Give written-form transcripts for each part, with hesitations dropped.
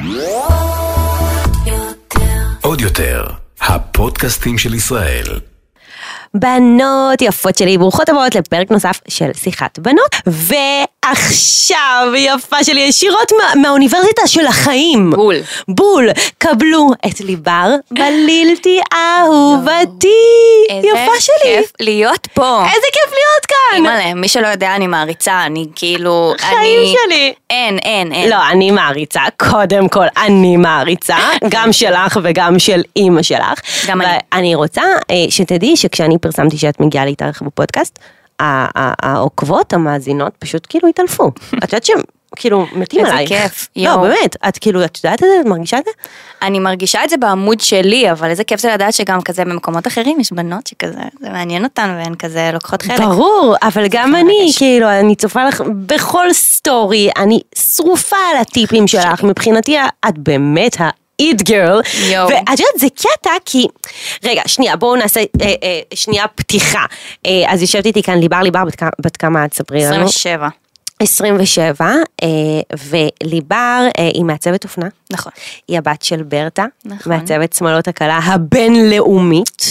עוד יותר, הפודקאסטים של ישראל. בנות יפות שלי, ברוכות הבאות לפרק נוסף של שיחת בנות. ועכשיו, יפה שלי, ישירות מהאוניברסיטה של החיים. בול. קבלו את ליבר בלילתי אהובתי. יפה שלי. איזה כיף להיות פה. איזה כיף להיות כאן. אימא'לה, מי שלא יודע, אני מעריצה, אני כאילו... חיים שלי. אין. לא, אני מעריצה, קודם כל, אני מעריצה, גם שלך וגם של אמא שלך. גם אני. ואני רוצה שתדעי שכשאני פרסמתי שאת מגיעה להתארח בפודקאסט, העוקבות, המאזינות, פשוט כאילו התעלפו. את יודעת שהם כאילו מתים עלייך. איזה כיף. לא, באמת, את כאילו, את יודעת את זה? את מרגישה את זה? אני מרגישה את זה בעמוד שלי, אבל איזה כיף זה לדעת שגם כזה במקומות אחרים יש בנות שכזה, זה מעניין אותן והן כזה לוקחות חלק. ברור, אבל גם אני, כאילו, אני צופה לך בכל סטורי, אני שרופה על הטיפים שלך, מבחינתי את באמת איט גרל, ואת יודעת, זה קטע כי, רגע, שנייה, בואו נעשה שנייה פתיחה, אז יושבת איתי כאן ליבר, בת כמה את ספרי לנו? 27, וליבר היא מעצבת אופנה. נכון. היא הבת של ברטה, נכון. מעצבת שמאלות הקלה הבינלאומית,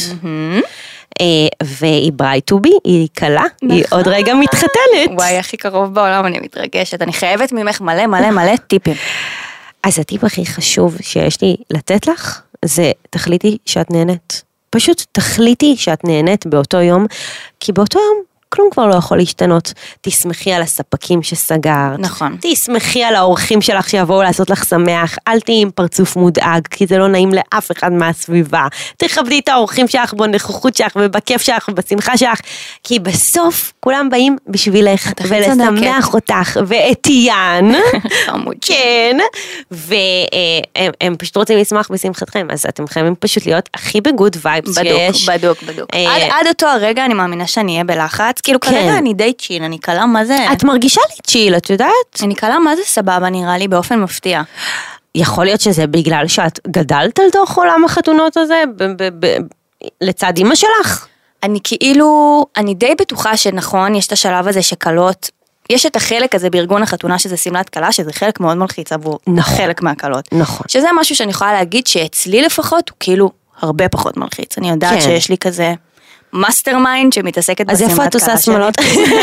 והיא ברייט טו בי, היא קלה, היא עוד רגע מתחתנת. וואי, הכי קרוב בעולם, אני מתרגשת, אני חייבת ממך מלא טיפים. אז הטיפ הכי חשוב שיש לי לתת לך, זה תחליטי שאת נהנית. פשוט תחליטי שאת נהנית באותו יום, כי באותו יום כלום כבר לא יכול להשתנות. תשמחי על הספקים שסגרת. נכון. תשמחי על האורחים שלך שיבואו לעשות לך שמח. אל תהיי עם פרצוף מודאג, כי זה לא נעים לאף אחד מהסביבה. תכבדי את האורחים שלך בנוכחות שלך ובכיף שלך ובשמחה שלך, כי בסוף כולם באים בשבילך ולשמח אותך ואת יאן. כן. והם פשוט רוצים לשמח בשמחתכם, אז אתם חייבים פשוט להיות הכי בגוד וייבס שיש. בדוק. עד אותו הרגע אני מאמינה שאני אהיה בלחץ, כאילו כרגע אני די צ'יל, אני קלה מה זה... את מרגישה לי צ'יל, את יודעת? אני קלה מה זה סבבה, נראה לי באופן מפתיע. יכול להיות שזה בגלל שאת גדלת על תוך עולם החתונות הזה, לצד אמא שלך? אני די בטוחה שנכון, יש את השלב הזה שקלות, יש את החלק הזה בארגון החתונה שזה סמלת קלה, שזה חלק מאוד מלחיץ עבור חלק מהקלות. נכון. שזה משהו שאני יכולה להגיד שאצלי לפחות הוא כאילו הרבה פחות מלחיץ. אני יודעת שיש לי כזה... מאסטר מיינד שמתעסקת אז איפה את עושה שמאלות?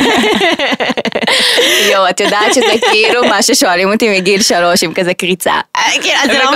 את יודעת שזה כאילו מה ששואלים אותי מגיל 3 עם כזה קריצה. זה לא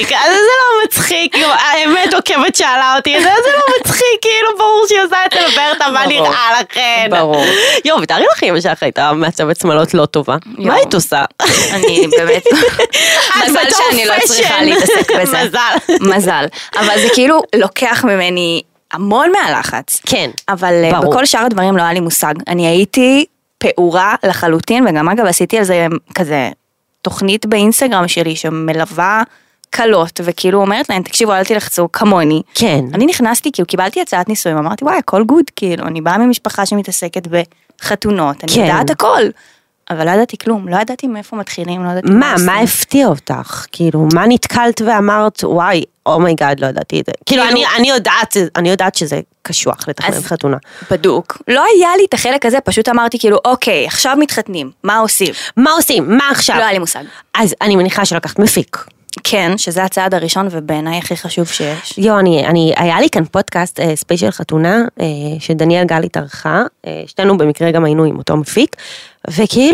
מצחיק, האמת עוקבת שאלה אותי, זה לא מצחיק, כאילו ברור שהיא עושה את זה לברטה, מה נראה לכן? ברור. ותארי לך אמא שלך הייתה מעצבת שמאלות לא טובה, מה היית עושה? אני באמת, מזל שאני לא צריכה להתעסק בזה. מזל. אבל זה כאילו לוקח ממני המון מהלחץ. כן, אבל ברור. בכל שאר הדברים לא היה לי מושג. אני הייתי פעורה לחלוטין, וגם אגב עשיתי על זה כזה תוכנית באינסטגרם שלי, שמלווה קלות, וכאילו אומרת להם, תקשיבו, אל תלחצו כמוני. כן. אני נכנסתי, כאילו קיבלתי הצעת נישואים, אמרתי, וואי, הכל גוד, כאילו, אני באה ממשפחה שמתעסקת בחתונות, אני יודעת הכל. אבל לא ידעתי כלום, לא ידעתי מאיפה מתחילים, לא ידעתי מה הפתיע אותך? כאילו, מה נתקלת ואמרת, וואי, אומייגאד, לא ידעתי את זה. כאילו, אני יודעת שזה קשוח לתכנן חתונה. בדוק. לא היה לי את החלק הזה, פשוט אמרתי כאילו, אוקיי, עכשיו מתחתנים, מה עושים? מה עכשיו? לא היה לי מושג. אז אני מניחה שלקחת מפיק. כן, שזה הצעד הראשון ובעיניי הכי חשוב שיש. היה לי כאן פודקאסט ספיישל חתונה, שדניאל גל התארחה, שתינו במקרה גם היינו עם אותו מפיק, וכאילו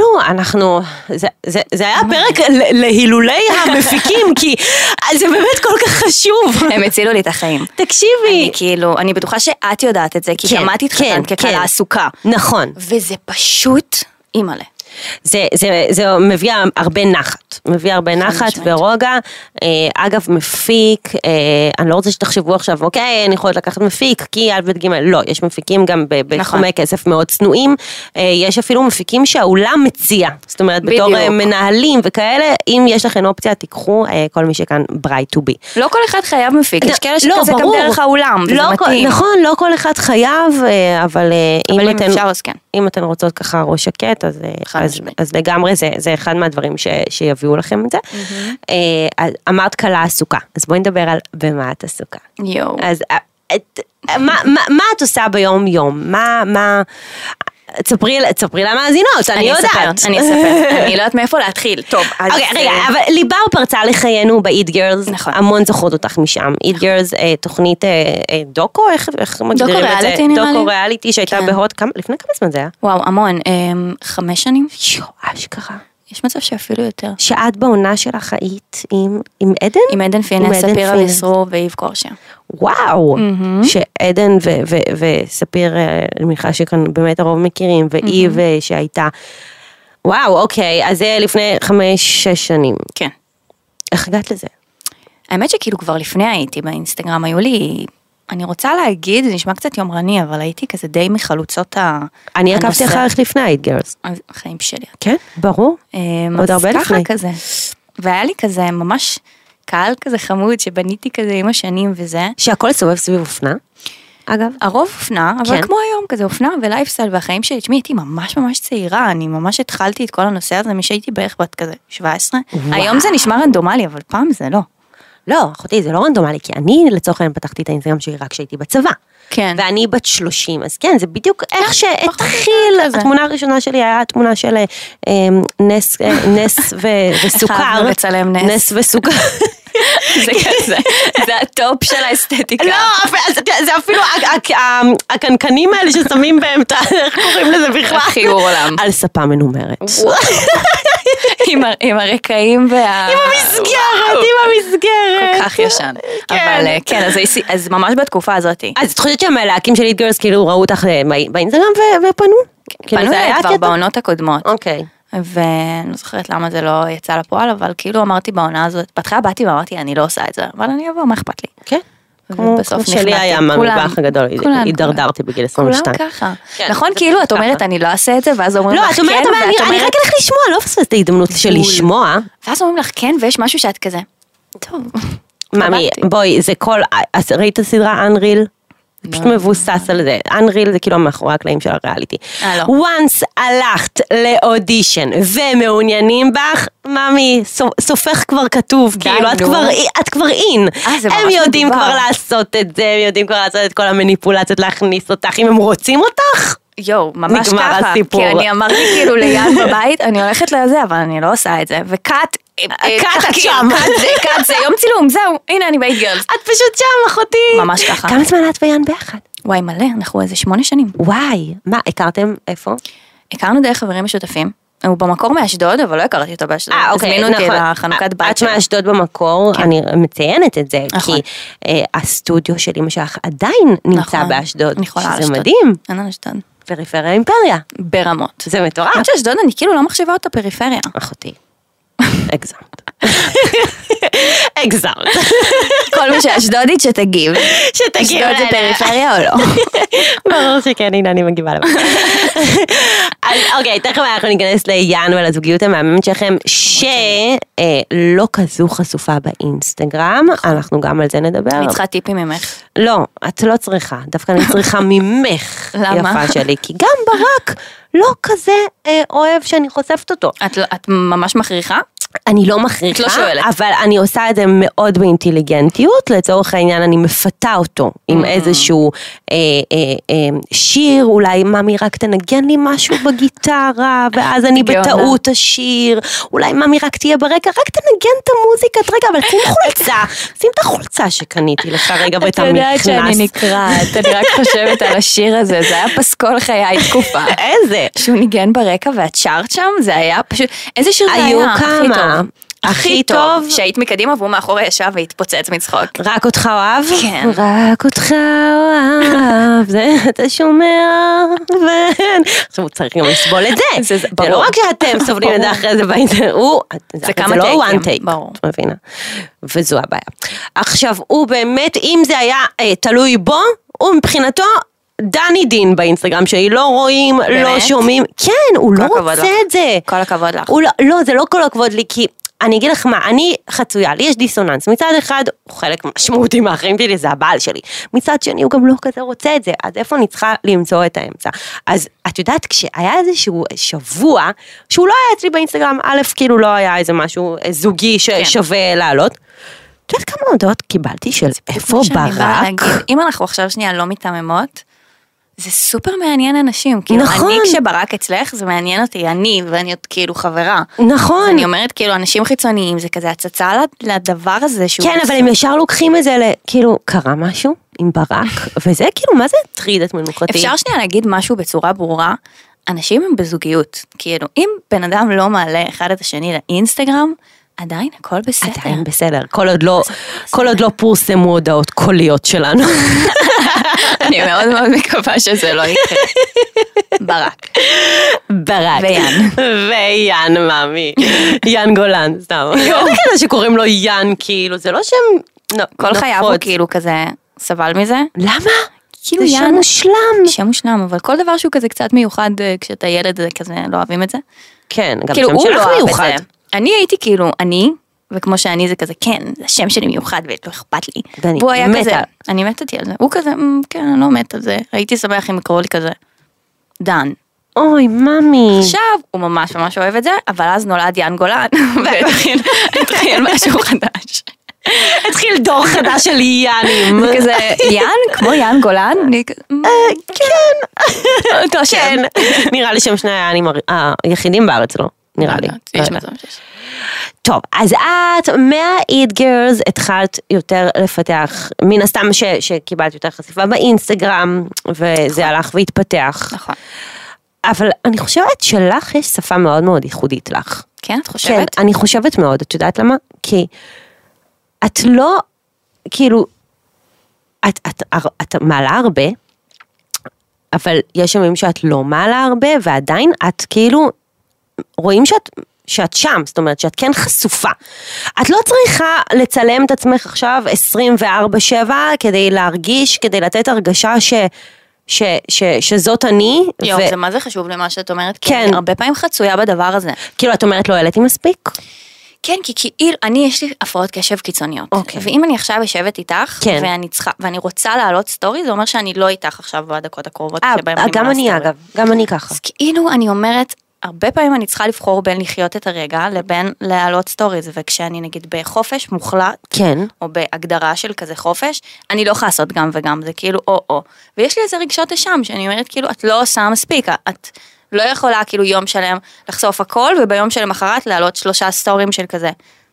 זה היה פרק להילולי המפיקים, כי זה באמת כל כך חשוב. הם הצילו לי את החיים. תקשיבי. אני בטוחה שאת יודעת את זה, כי גם את התחתנת ככלה עסוקה. נכון. וזה פשוט אימא'לה. זה מביא הרבה נחת, ורוגע. אגב, מפיק, אני לא רוצה שתחשבו עכשיו, אוקיי, אני יכולת לקחת מפיק, כי א' ב' ג' לא, יש מפיקים גם בתחומי כסף מאוד צנועים, יש אפילו מפיקים שהאולם מציע, זאת אומרת, בתור מנהלים וכאלה, אם יש לכם אופציה, תיקחו כל מי שכאן ברייט טו בי. לא כל אחד חייב מפיק, יש כאלה שכזה גם דרך האולם, וזה מתאים. נכון, לא כל אחד חייב, אבל אם אתן רוצות ככה ראש שקט, אז לגמרי זה אחד מהדברים שיביאו לכם את זה. אמרת קלה עסוקה, אז בואי נדבר על במה את עסוקה. אז מה את עושה ביום יום? תספרי למאזינות, אני יודעת. אני אספר, אני לא יודעת מאיפה להתחיל. טוב, אז... אוקיי, רגע, אבל ליבר פרצה לחיינו ב-Eat Girls, נכון. המון זוכרות אותך משם. Eat Girls, תוכנית דוקו, איך מגדירים את זה? ריאליטי, נראה לי. דוקו ריאליטי שהייתה כן. בהוט, לפני כמה זמן זה היה? וואו, המון, 5 שנים. אשכרה. יש מצב שאפילו יותר. שאת בעונה שלך היית עם עדן? עם עדן פינס, ספירה ויסרו ואיב קורשיה. וואו, שעדן וספיר, אני מניחה שכאן באמת הרוב מכירים, ואיב שהייתה, וואו, אוקיי, אז זה לפני 5-6 שנים. כן. איך הגעת לזה? האמת שכאילו כבר לפני הייתי באינסטגרם, היו לי, אני רוצה להגיד, זה נשמע קצת יומרני, אבל הייתי כזה די מחלוצות אני עקבתי אחריך לפני היית גרס. החיים שלי. כן, ברור. עוד הרבה לפני. כזה. והיה לי כזה ממש קהל כזה חמוד, שבניתי כזה עם השנים וזה. שהכל סובב סביב אופנה, אגב. הרוב אופנה, אבל כמו היום כזה אופנה ולייפסטייל והחיים שלי, תשמעי, הייתי ממש ממש צעירה, אני ממש התחלתי את כל הנושא הזה, משהייתי בערך בת כזה 17. היום זה נשמע רנדומלי, אבל פעם זה לא. לא, אחותי, זה לא רנדומלי, כי אני לצורך העניין פתחתי את האינסטגרם שלי רק כשהייתי בצבא. כן. ואני בת 30, אז כן, זה בדיוק איך שהתחיל, התמונה הראשונה שלי היה התמונה של נס וסוכר. החלטנו לצלם נס. נס וסוכר. זה כזה, זה הטופ של האסתטיקה. לא, זה אפילו הקנקנים האלה ששמים בהם, איך קוראים לזה בכלל? חיור עולם. על ספה מנומרת. עם הרקעים עם המסגרת. כל כך ישן. אבל כן, אז ממש בתקופה הזאת. אז את חושבת שהמלהקים של איט גרלס כאילו ראו אותך באינסטגרם ופנו? פנו אליי כבר בעונות הקודמות. אוקיי. ואני לא זוכרת למה זה לא יצא לפועל, אבל כאילו אמרתי בעונה הזאת, בהתחלה באתי ואמרתי, אני לא עושה את זה, אבל אני אבוא, מה אכפת לי? כן. כמו שלי היה מהמטבח הגדול, הידרדרתי בגיל 22. כולם ככה. נכון, כאילו, את אומרת, אני לא אעשה את זה, ואז אומרים לך כן, לא, את אומרת, אני רק אלך לשמוע, לא פספס את ההזדמנות של לשמוע. ואז אומרים לך כן, ויש משהו שאת כזה, טוב. ממי, בואי, זה כל, ראית הסדרה Unreal? זה פשוט מבוסס על זה. Unreal זה כאילו מאחורי הקלעים של הריאליטי. once הלכת לאודישן ומעוניינים בך, ממי, סופך כבר כתוב, כאילו את כבר אין. הם יודעים כבר לעשות את זה, הם יודעים כבר לעשות את כל המניפולציות, להכניס אותך, אם הם רוצים אותך. יו, ממש ככה, כי אני אמרתי כאילו ליד בבית, אני הולכת לזה, אבל אני לא עושה את זה, וקאט, זה יום צילום, זהו, הנה אני בית גרלס. את פשוט שם, אחותי. ממש ככה. כמה זמן את ויאן ביחד? וואי, מלא, אנחנו איזה 8 שנים. וואי, מה, הכרתם איפה? הכרנו דרך חברים משותפים. הוא במקור מאשדוד, אבל לא הכרתי אותו באשדוד. הזמינו אותי לחנוכת בית. את מאשדוד במקור, אני מציינת את זה, כי הסטודיו של אמא שלך עדיין נמצא באשדוד. שזה מדהים. אין אשדוד. פריפריה אימפריה. ברמות. זה מטורף. עד שאשדוד אני כאילו לא מחשבה אותה פריפריה. אחותי. הגזמת. כל מי שאשדודית שתגיב. אשדוד זה פריפריה או לא? ברור שכן, הנה אני מגיבה לבא. אז אוקיי, תכף אנחנו ניכנס ליאן ולזוגיות המאמנת שלכם, שלא כזו חשופה באינסטגרם, אנחנו גם על זה נדבר. אני צריכה טיפים ממך. לא, את לא צריכה, דווקא אני צריכה ממך, יפה שלי, כי גם ברק לא כזה אוהב שאני חושפת אותו. את ממש מכריחה? אני לא מכריחה, לא שואלת. אבל אני עושה את זה מאוד באינטליגנטיות, לצורך העניין אני מפתה אותו עם איזשהו שיר, אולי ממי רק תנגן לי משהו בגיטרה, ואז אני בטעות השיר, אולי ממי רק תהיה ברקע, רק תנגן את המוזיקה, רגע, אבל שים חולצה, שים את החולצה שקניתי לך רגע ואת המכנס. את יודעת שאני נקראת, אני רק חושבת על השיר הזה, זה היה פסקול חיי תקופה. איזה? שהוא ניגן ברקע ואת שרת שם, זה היה פשוט, איזה שיר זה היה? היו כמה. הכי טוב. שהיית מקדימה והוא מאחורי ישב והתפוצץ מצחוק. רק אותך אוהב? כן. רק אותך אוהב, זה אתה שומע. עכשיו הוא צריך גם לסבול את זה. זה לא רק שאתם סובלים את זה אחרי זה באינטרנט, זה לא one take. את מבינה. וזו הבעיה. עכשיו הוא באמת, אם זה היה תלוי בו, הוא מבחינתו, דני דין באינסטגרם שלי, לא רואים, לא שומעים, כן, הוא לא רוצה את זה. כל הכבוד לך. לא, זה לא כל הכבוד לי, כי אני אגיד לך מה, אני חצויה, לי יש דיסוננס, מצד אחד הוא חלק משמעותי מהחיים שלי, זה הבעל שלי, מצד שני הוא גם לא כזה רוצה את זה, אז איפה אני צריכה למצוא את האמצע? אז את יודעת, כשהיה איזשהו שבוע, שהוא לא היה אצלי באינסטגרם, א', כאילו לא היה איזה משהו זוגי ששווה לעלות, את יודעת כמה הודעות קיבלתי של איפה ברק? אם אנחנו עכשיו שנייה לא מתאממות, זה סופר מעניין אנשים, כאילו, נכון. אני כשברק אצלך, זה מעניין אותי, אני, ואני עוד כאילו חברה. נכון. אז אני אומרת, כאילו, אנשים חיצוניים, זה כזה הצצה לדבר הזה שהוא... כן, אבל הם ישר לוקחים את זה כאילו, קרה משהו עם ברק, וזה כאילו, מה זה טריד את מנוחתי? אפשר שנייה להגיד משהו בצורה ברורה, אנשים הם בזוגיות, כאילו, אם בן אדם לא מעלה אחד את השני לאינסטגרם, עדיין הכל בסדר. עדיין בסדר, כל עוד לא פורסמו הודעות קוליות שלנו. אני מאוד מאוד מקווה שזה לא יקרה. ברק. ויאן. ויאן, מאמי. יאן גולן, סתם. לא כזה שקוראים לו יאן, כאילו, זה לא שם... כל חייו הוא כאילו כזה סבל מזה. למה? כאילו זה שם מושלם. שם מושלם, אבל כל דבר שהוא כזה קצת מיוחד, כשאתה ילד זה כזה, לא אוהבים את זה. כן, גם כאילו, שם הוא שלך לא אוהב את מיוחד. זה. אני הייתי כאילו, וכמו שאני זה כזה, כן, זה השם שלי מיוחד ולא אכפת לי. ואני והוא היה מתה. כזה, אני מתתי על זה. הוא כזה, כן, אני לא מת על זה. הייתי שמח אם יקראו לי כזה, דן. אוי, ממי. עכשיו, הוא ממש ממש אוהב את זה, אבל אז נולד יאן גולן, והתחיל משהו חדש. התחיל דור חדש של יאנים. כזה, יאן? כמו יאן גולן? כן. אותו שם. כן. נראה לי שהם שני היאנים היחידים בארץ, לא? נראה לי. יש מצב שיש. טוב, אז את מה-Eat Girls התחלת יותר לפתח, מן הסתם שקיבלת יותר חשיפה באינסטגרם, וזה הלך והתפתח. נכון. אבל אני חושבת שלך יש שפה מאוד מאוד ייחודית לך. כן, את חושבת? כן, אני חושבת מאוד, את יודעת למה? כי את לא, כאילו, את מעלה הרבה, אבל יש ימים שאת לא מעלה הרבה, ועדיין את כאילו, רואים שאת שם, זאת אומרת שאת כן חשופה. את לא צריכה לצלם את עצמך עכשיו 24/7 כדי להרגיש, כדי לתת הרגשה שזאת אני. יום, זה מה זה חשוב למה שאת אומרת? כן. כי אני הרבה פעמים חצויה בדבר הזה. כאילו את אומרת לא העליתי מספיק? כן, כי כאילו, יש לי הפרעות קשב קיצוניות. אוקיי. ואם אני עכשיו יושבת איתך, כן. ואני רוצה להעלות סטורי, זה אומר שאני לא איתך עכשיו בדקות הקרובות. שבהם אני גם מעלה אני סטורי. אגב, גם אני ככה. אז כאילו אני אומרת, הרבה פעמים אני צריכה לבחור בין לחיות את הרגע, לבין להעלות סטוריז, וכשאני נגיד בחופש מוחלט, כן. או בהגדרה של כזה חופש, אני לא יכולה לעשות גם וגם, זה כאילו או. ויש לי איזה רגשות אשם, שאני אומרת כאילו, את לא עושה מספיק, את לא יכולה כאילו יום שלם לחשוף הכל, וביום שלמחרת להעלות 3 סטורים של כזה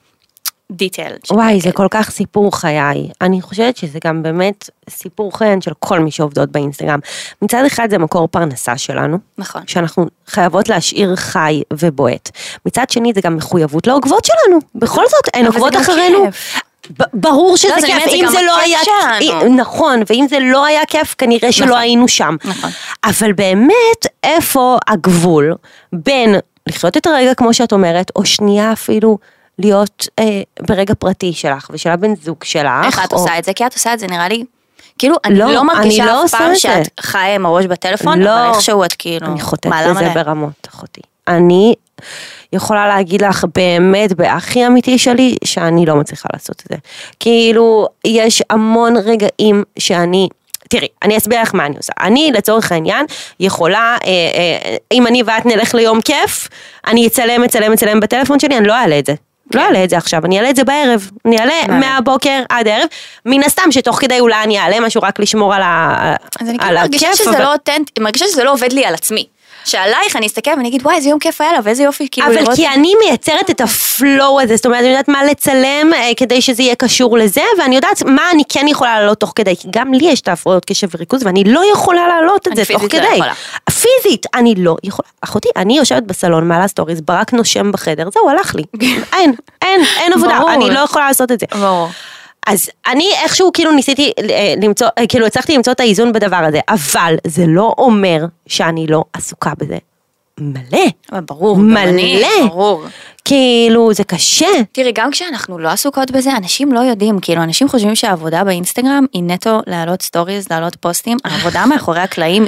דיטייל. וואי, זה כל כך סיפור חיי. אני חושבת שזה גם באמת סיפור חיין של כל מי שעובדות באינסטגרם. מצד אחד זה מקור פרנסה שלנו. נכון. שאנחנו חייבות להשאיר חי ובועט. מצד שני זה גם מחויבות לעוקבות שלנו. בכל זאת, הן עוקבות אחרינו. ברור שזה כיף, אם זה לא היה, נכון, ואם זה לא היה כיף, כנראה שלא היינו שם. אבל באמת, איפה הגבול בין לחיות את הרגע כמו שאת אומרת, או שנייה אפילו להיות ברגע פרטי שלך, ושל הבן זוג שלך. איך את עושה את זה? כי את עושה את זה נראה לי, כאילו, אני לא מרגישה אף פעם שאת חיה עם הראש בטלפון, אבל איכשהו את כאילו, אני חוטאת לזה ברמות, אחותי. אני יכולה להגיד לך באמת, בהכי אמיתי שלי, שאני לא מצליחה לעשות את זה. כאילו, יש המון רגעים שאני, תראי, אני אסביר לך מה אני עושה. אני, לצורך העניין, יכולה, אם אני ואת נלך ליום כיף, אני אצלם בטלפון שלי, אני לא אעלה את זה. לא אעלה את זה עכשיו, אני אעלה את זה בערב, אני אעלה מהבוקר עד הערב, מן הסתם שתוך כדי אולי אני אעלה משהו רק לשמור על הכיף. אז אני כאילו מרגישה שזה לא אותנטי, מרגישה שזה לא עובד לי על עצמי. שעלייך אני אסתכל ואני אגיד, וואי, איזה יום כיף היה לה, ואיזה יופי, כאילו לראות. אבל כי אני מייצרת את הפלואו הזה, זאת אומרת, אני יודעת מה לצלם, כדי שזה יהיה קשור לזה, ואני יודעת מה אני כן יכולה לעלות תוך כדי, כי גם לי יש את ההפרעות קשב וריכוז, ואני לא יכולה לעלות את זה תוך כדי. פיזית, אני לא יכולה. אחותי, אני יושבת בסלון, מעלה סטוריז, ברק נושם בחדר, זהו, הלך לי. אין עבודה, אני לא יכולה לעשות את זה. אז אני איכשהו כאילו ניסיתי למצוא, כאילו הצלחתי למצוא את האיזון בדבר הזה, אבל זה לא אומר שאני לא עסוקה בזה. מלא. ברור. מלא. ברור. כאילו זה קשה. תראי, גם כשאנחנו לא עסוקות בזה, אנשים לא יודעים, כאילו אנשים חושבים שהעבודה באינסטגרם היא נטו להעלות סטוריז, להעלות פוסטים, העבודה מאחורי הקלעים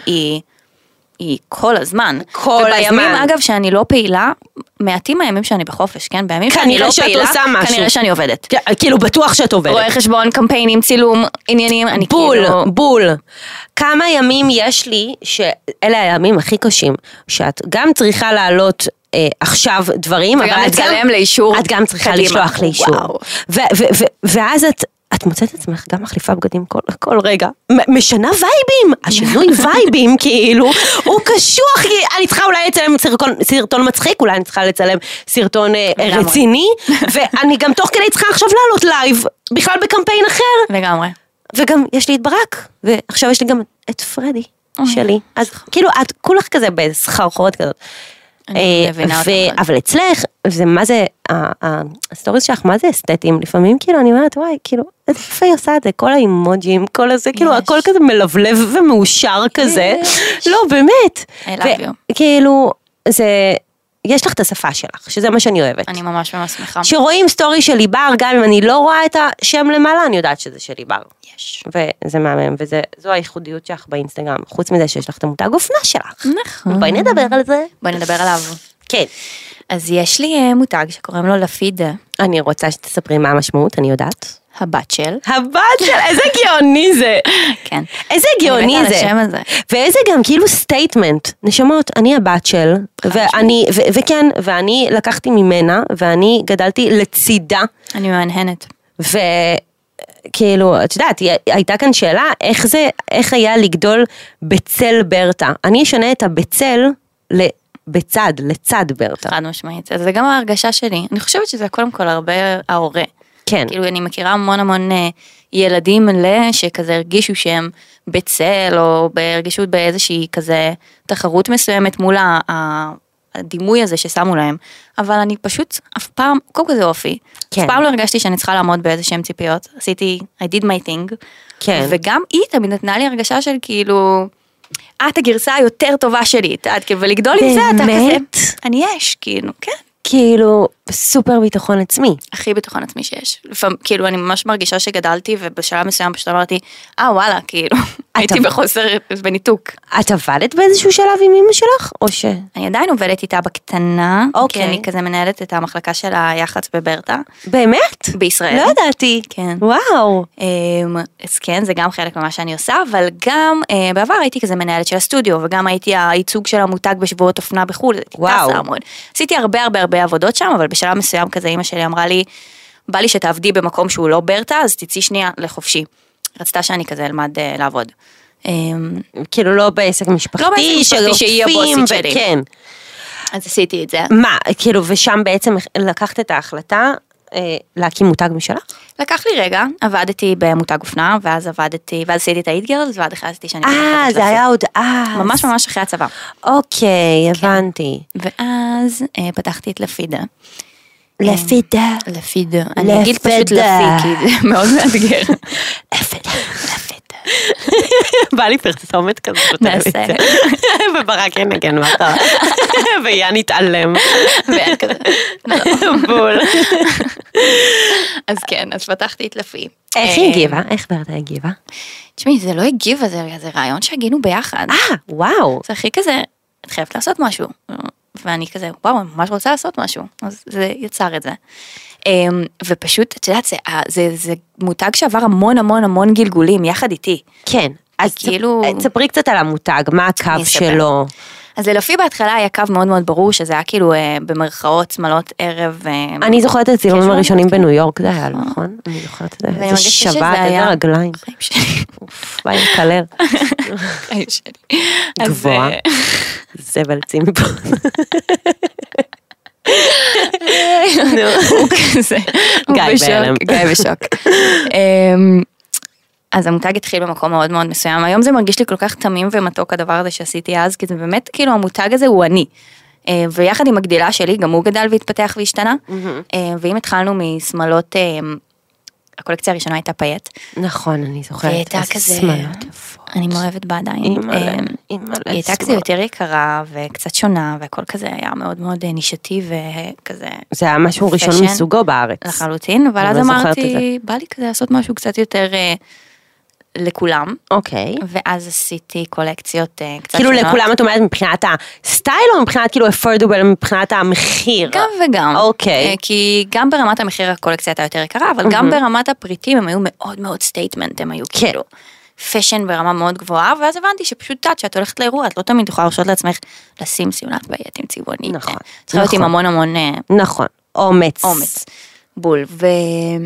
היא כל הזמן. ובימים, אגב, שאני לא פעילה, מעטים הימים שאני בחופש, כן? בימים שאני לא פעילה, כנראה שאני עובדת. כאילו, בטוח שאת עובדת. רואה חשבון, קמפיינים, צילום, עניינים, אני כאילו... בול. כמה ימים יש לי, שאלה הימים הכי קשים, שאת גם צריכה לעלות עכשיו דברים, וגם לצלם לאישור. את גם צריכה לשלוח לאישור. ואז את מוצאת עצמך גם מחליפה בגדים כל רגע, משנה וייבים, השינוי וייבים כאילו, הוא קשוח, כי אני צריכה אולי לצלם סרטון מצחיק, אולי אני צריכה לצלם סרטון רציני, ואני גם תוך כדי צריכה עכשיו לעלות לייב, בכלל בקמפיין אחר. לגמרי. וגם יש לי את ברק, ועכשיו יש לי גם את פרדי שלי, אז כאילו את כולך כזה בסחרחורת כזאת. אבל אצלך, מה זה, הסטוריז שלך, מה זה אסתטיים? לפעמים כאילו אני אומרת, וואי, כאילו, איזה יפה היא עושה את זה, כל האימוג'ים, כל הזה, כאילו, הכל כזה מלבלב ומאושר כזה. לא, באמת. כאילו, זה, יש לך את השפה שלך, שזה מה שאני אוהבת. אני ממש שמחה. שרואים סטורי של ליבר, גם אם אני לא רואה את השם למעלה, אני יודעת שזה של ליבר. יש. וזה מהמם, וזו הייחודיות שלך באינסטגרם, חוץ מזה שיש לך את המותג אופנה שלך. נכון. בואי נדבר על זה. בואי נדבר עליו. כן. אז יש לי מותג שקוראים לו לפידה. אני רוצה שתספרי מה המשמעות, אני יודעת. הבת של. איזה גאוני זה. כן. איזה גאוני זה. השם הזה. ואיזה גם כאילו סטייטמנט, נשמות, אני הבת של, וכן, ואני לקחתי ממנה, ואני גדלתי לצידה. אני מהנהנת. וכאילו, את יודעת, הייתה כאן שאלה, איך היה לגדול בצל ברטה. אני אשנה את הבצל לצד ברטה. חד משמעית. אז זה גם ההרגשה שלי. אני חושבת שזה קודם כל הרבה ההורה. כן. כאילו אני מכירה המון ילדים שכזה הרגישו שהם בצל, או הרגישו באיזושהי כזה תחרות מסוימת מול הדימוי הזה ששמו להם, אבל אני פשוט אף פעם, קודם כזה אופי, כן. אף פעם לא הרגשתי שאני צריכה לעמוד באיזשהם ציפיות, עשיתי, I did my thing, כן. וגם היא תמיד נתנה לי הרגשה של כאילו, את הגרסה היותר טובה שלי, ולגדול עם זה, אתה כזה, אני יש, כאילו, כן. כאילו, סופר ביטחון עצמי. הכי ביטחון עצמי שיש. כאילו, אני ממש מרגישה שגדלתי, ובשלב מסוים פשוט אמרתי, וואלה, כאילו, הייתי בחוסר, בניתוק. את עבדת באיזשהו שלב עם אמא שלך, או ש... אני עדיין עובדת איתה בקטנה, אוקיי. כי אני כזה מנהלת את המחלקה של היח"צ בברטה. באמת? בישראל. לא ידעתי. כן. וואו. אז כן, זה גם חלק ממה שאני עושה, אבל גם בעבר הייתי כזה מנהלת של הסטודיו, וגם הייתי הייצוג של המותג בשבועות אופנה בחו"ל. וואו. עשיתי הרבה עבודות שם, אבל בשלב מסוים כזה אמא שלי אמרה לי, בא לי שתעבדי במקום שהוא לא ברטה, אז תצאי שנייה לחופשי. רצתה שאני כזה אלמד לעבוד. כאילו לא בעסק משפחתי, לא בעסק משפחתי שהיא הבוסית שלי. כן. אז עשיתי את זה. מה, כאילו, ושם בעצם לקחת את ההחלטה להקים מותג משלך? לקח לי רגע, עבדתי במותג אופנה, ואז עשיתי את האיטגרלס, ואז החלטתי שאני... זה היה עוד ממש אחרי הצבא. אוקיי, הבנתי. ואז פתחתי את לפידה. לפידה. אני אגיד פשוט לפי, כי זה מאוד מאתגר. לפידה. בא לי פרסומת כזאת. נעשה. וברק ינגן מאחר. ויאן יתעלם. ויאן כזה. בול. אז כן, אז פתחתי את לפי. איך היא הגיבה? איך ברטה הגיבה? תשמעי, זה לא הגיבה, זה רעיון שהגינו ביחד. וואו. זה הכי כזה, את חייבת לעשות משהו. ואני כזה, וואו, אני ממש רוצה לעשות משהו. אז זה יצר את זה. ופשוט, את יודעת, זה מותג שעבר המון גלגולים, יחד איתי. כן. אז כאילו... תספרי קצת על המותג, מה הקו שלו? אז לפי בהתחלה היה קו מאוד ברור, שזה היה כאילו במרכאות שמלות ערב. אני זוכרת את הצילומים הראשונים בניו יורק, זה היה, נכון? אני זוכרת את זה. זה שבת, איזה רגליים. חיים שלי. ביי מקלר. חיים שלי. גבוהה. זבלצים מפה. הוא כזה. גיא בשוק. אז המותג התחיל במקום מאוד מסוים, היום זה מרגיש לי כל כך תמים ומתוק הדבר הזה שעשיתי אז, כי זה באמת כאילו המותג הזה הוא אני, ויחד עם הגדילה שלי, גם הוא גדל והתפתח והשתנה, ואם התחלנו משמלות, הקולקציה הראשונה הייתה פייט. נכון, אני זוכרת. והיא הייתה כזה, אני מאוהבת בה עדיין. היא הייתה כזה יותר יקרה וקצת שונה, והכל כזה היה מאוד נישתי וכזה. זה היה משהו ראשון מסוגו בארץ. לחלוטין, אבל אז אמרתי, בא לי כזה לעשות משהו קצת יותר לכולם. אוקיי. ואז עשיתי קולקציות קצת כאילו שונות. לכולם את אומרת מבחינת הסטייל או מבחינת כאילו affordable מבחינת המחיר? גם וגם. אוקיי. כי גם ברמת המחיר הקולקציה הייתה יותר יקרה, אבל גם ברמת הפריטים הם היו מאוד סטייטמנט, הם היו כאילו פשן ברמה מאוד גבוהה, ואז הבנתי שפשוט שאת הולכת לאירוע, את לא תמיד יכולה לרשות לעצמך לשים שמלת בית עם צבעונית. נכון. צריכה להיות עם המון נכון. אומץ. בול.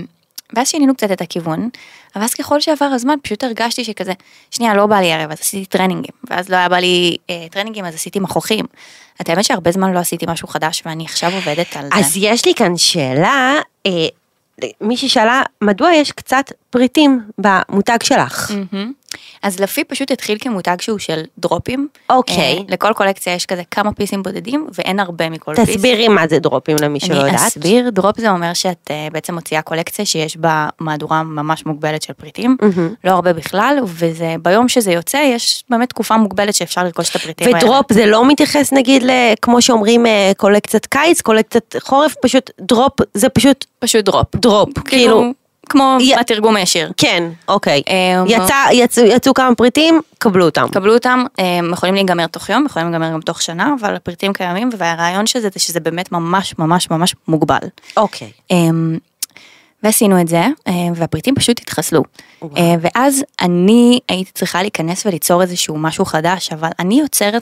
ואז שינינו קצת את הכיוון, אבל אז ככל שעבר הזמן, פשוט הרגשתי שכזה, שנייה, לא בא לי ערב, אז עשיתי טרנינגים, ואז לא היה בא לי טרנינגים, אז עשיתי מכוחים. את האמת שהרבה זמן לא עשיתי משהו חדש, ואני עכשיו עובדת על זה. אז יש לי כאן שאלה, מישהי שאלה, מדוע יש קצת פריטים במותג שלך? אז לפי פשוט התחיל כמותג שהוא של דרופים. אוקיי. לכל קולקציה יש כזה כמה פיסים בודדים, ואין הרבה מכל פיס. תסבירי מה זה דרופים למי שלא יודעת. אני אסביר, דרופ זה אומר שאת בעצם מוציאה קולקציה שיש בה מהדורה ממש מוגבלת של פריטים, לא הרבה בכלל, וזה ביום שזה יוצא, יש באמת תקופה מוגבלת שאפשר לרכוש את הפריטים האלה. ודרופ זה לא מתייחס נגיד כמו שאומרים קולקציית קיץ, קולקציית חורף, פשוט דרופ זה פשוט דרופ. דרופ, כאילו. כמו התרגום הישיר. כן, אוקיי. יצאו כמה פריטים, קבלו אותם. קבלו אותם, יכולים להיגמר תוך יום, יכולים להיגמר גם תוך שנה, אבל הפריטים קיימים, והרעיון שזה באמת ממש ממש ממש מוגבל. אוקיי. ועשינו את זה, והפריטים פשוט התחסלו. ואז אני הייתי צריכה להיכנס וליצור איזשהו משהו חדש, אבל אני יוצרת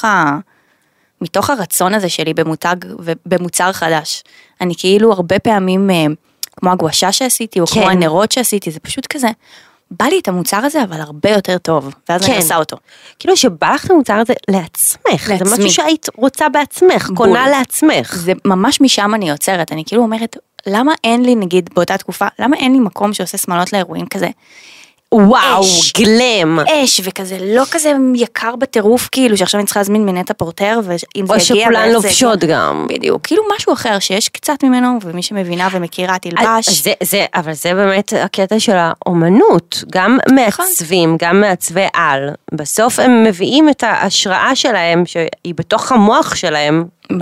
מתוך הרצון הזה שלי במותג ובמוצר חדש. אני כאילו הרבה פעמים כמו הגואשה שעשיתי, או כמו הנרות שעשיתי, זה פשוט כזה, בא לי את המוצר הזה, אבל הרבה יותר טוב, ואז אני עושה אותו. כאילו שבא לך את המוצר הזה לעצמך, זה משהו שהיית רוצה בעצמך, קונה לעצמך. זה ממש משם אני יוצרת, אני כאילו אומרת, למה אין לי, נגיד, באותה תקופה, למה אין לי מקום שעושה שמלות לאירועים כזה? וואו, גלם. אש, וכזה, לא כזה יקר בטירוף, כאילו, שעכשיו אני צריכה להזמין מנטה פורטר, ואם זה או יגיע... שכולן לובשות גם. בדיוק, כאילו משהו אחר, שיש קצת ממנו, ומי שמבינה ומכירה תלבש. אבל זה באמת הקטע של האומנות, גם מעצבים, גם מעצבי על. בסוף הם מביאים את ההשראה שלהם, שהיא בתוך המוח שלהם,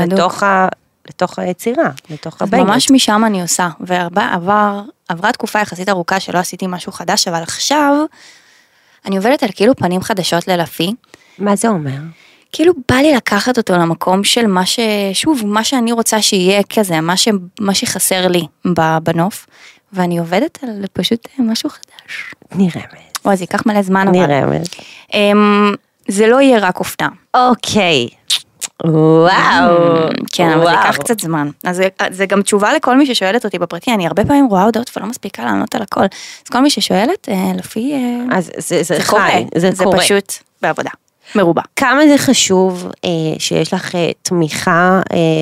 לתוך היצירה, לתוך הבגד. ממש משם אני עושה, ועברה תקופה יחסית ארוכה שלא עשיתי משהו חדש, אבל עכשיו אני עובדת על כאילו פנים חדשות ללפי. מה זה אומר? כאילו בא לי לקחת אותו למקום של מה שאני רוצה שיהיה כזה, מה שחסר לי בנוף, ואני עובדת על פשוט משהו חדש. נרמז. זה ייקח מלא זמן, אבל... נרמז. זה לא יהיה רק אופנה. אוקיי. וואו. כן, אבל זה ייקח קצת זמן. אז זה גם תשובה לכל מי ששואלת אותי בפרטי, אני הרבה פעמים רואה הודעות ולא מספיקה לענות על הכל. אז כל מי ששואלת, לפי... אז זה חי, זה קורה. זה פשוט בעבודה, מרובה. כמה זה חשוב שיש לך תמיכה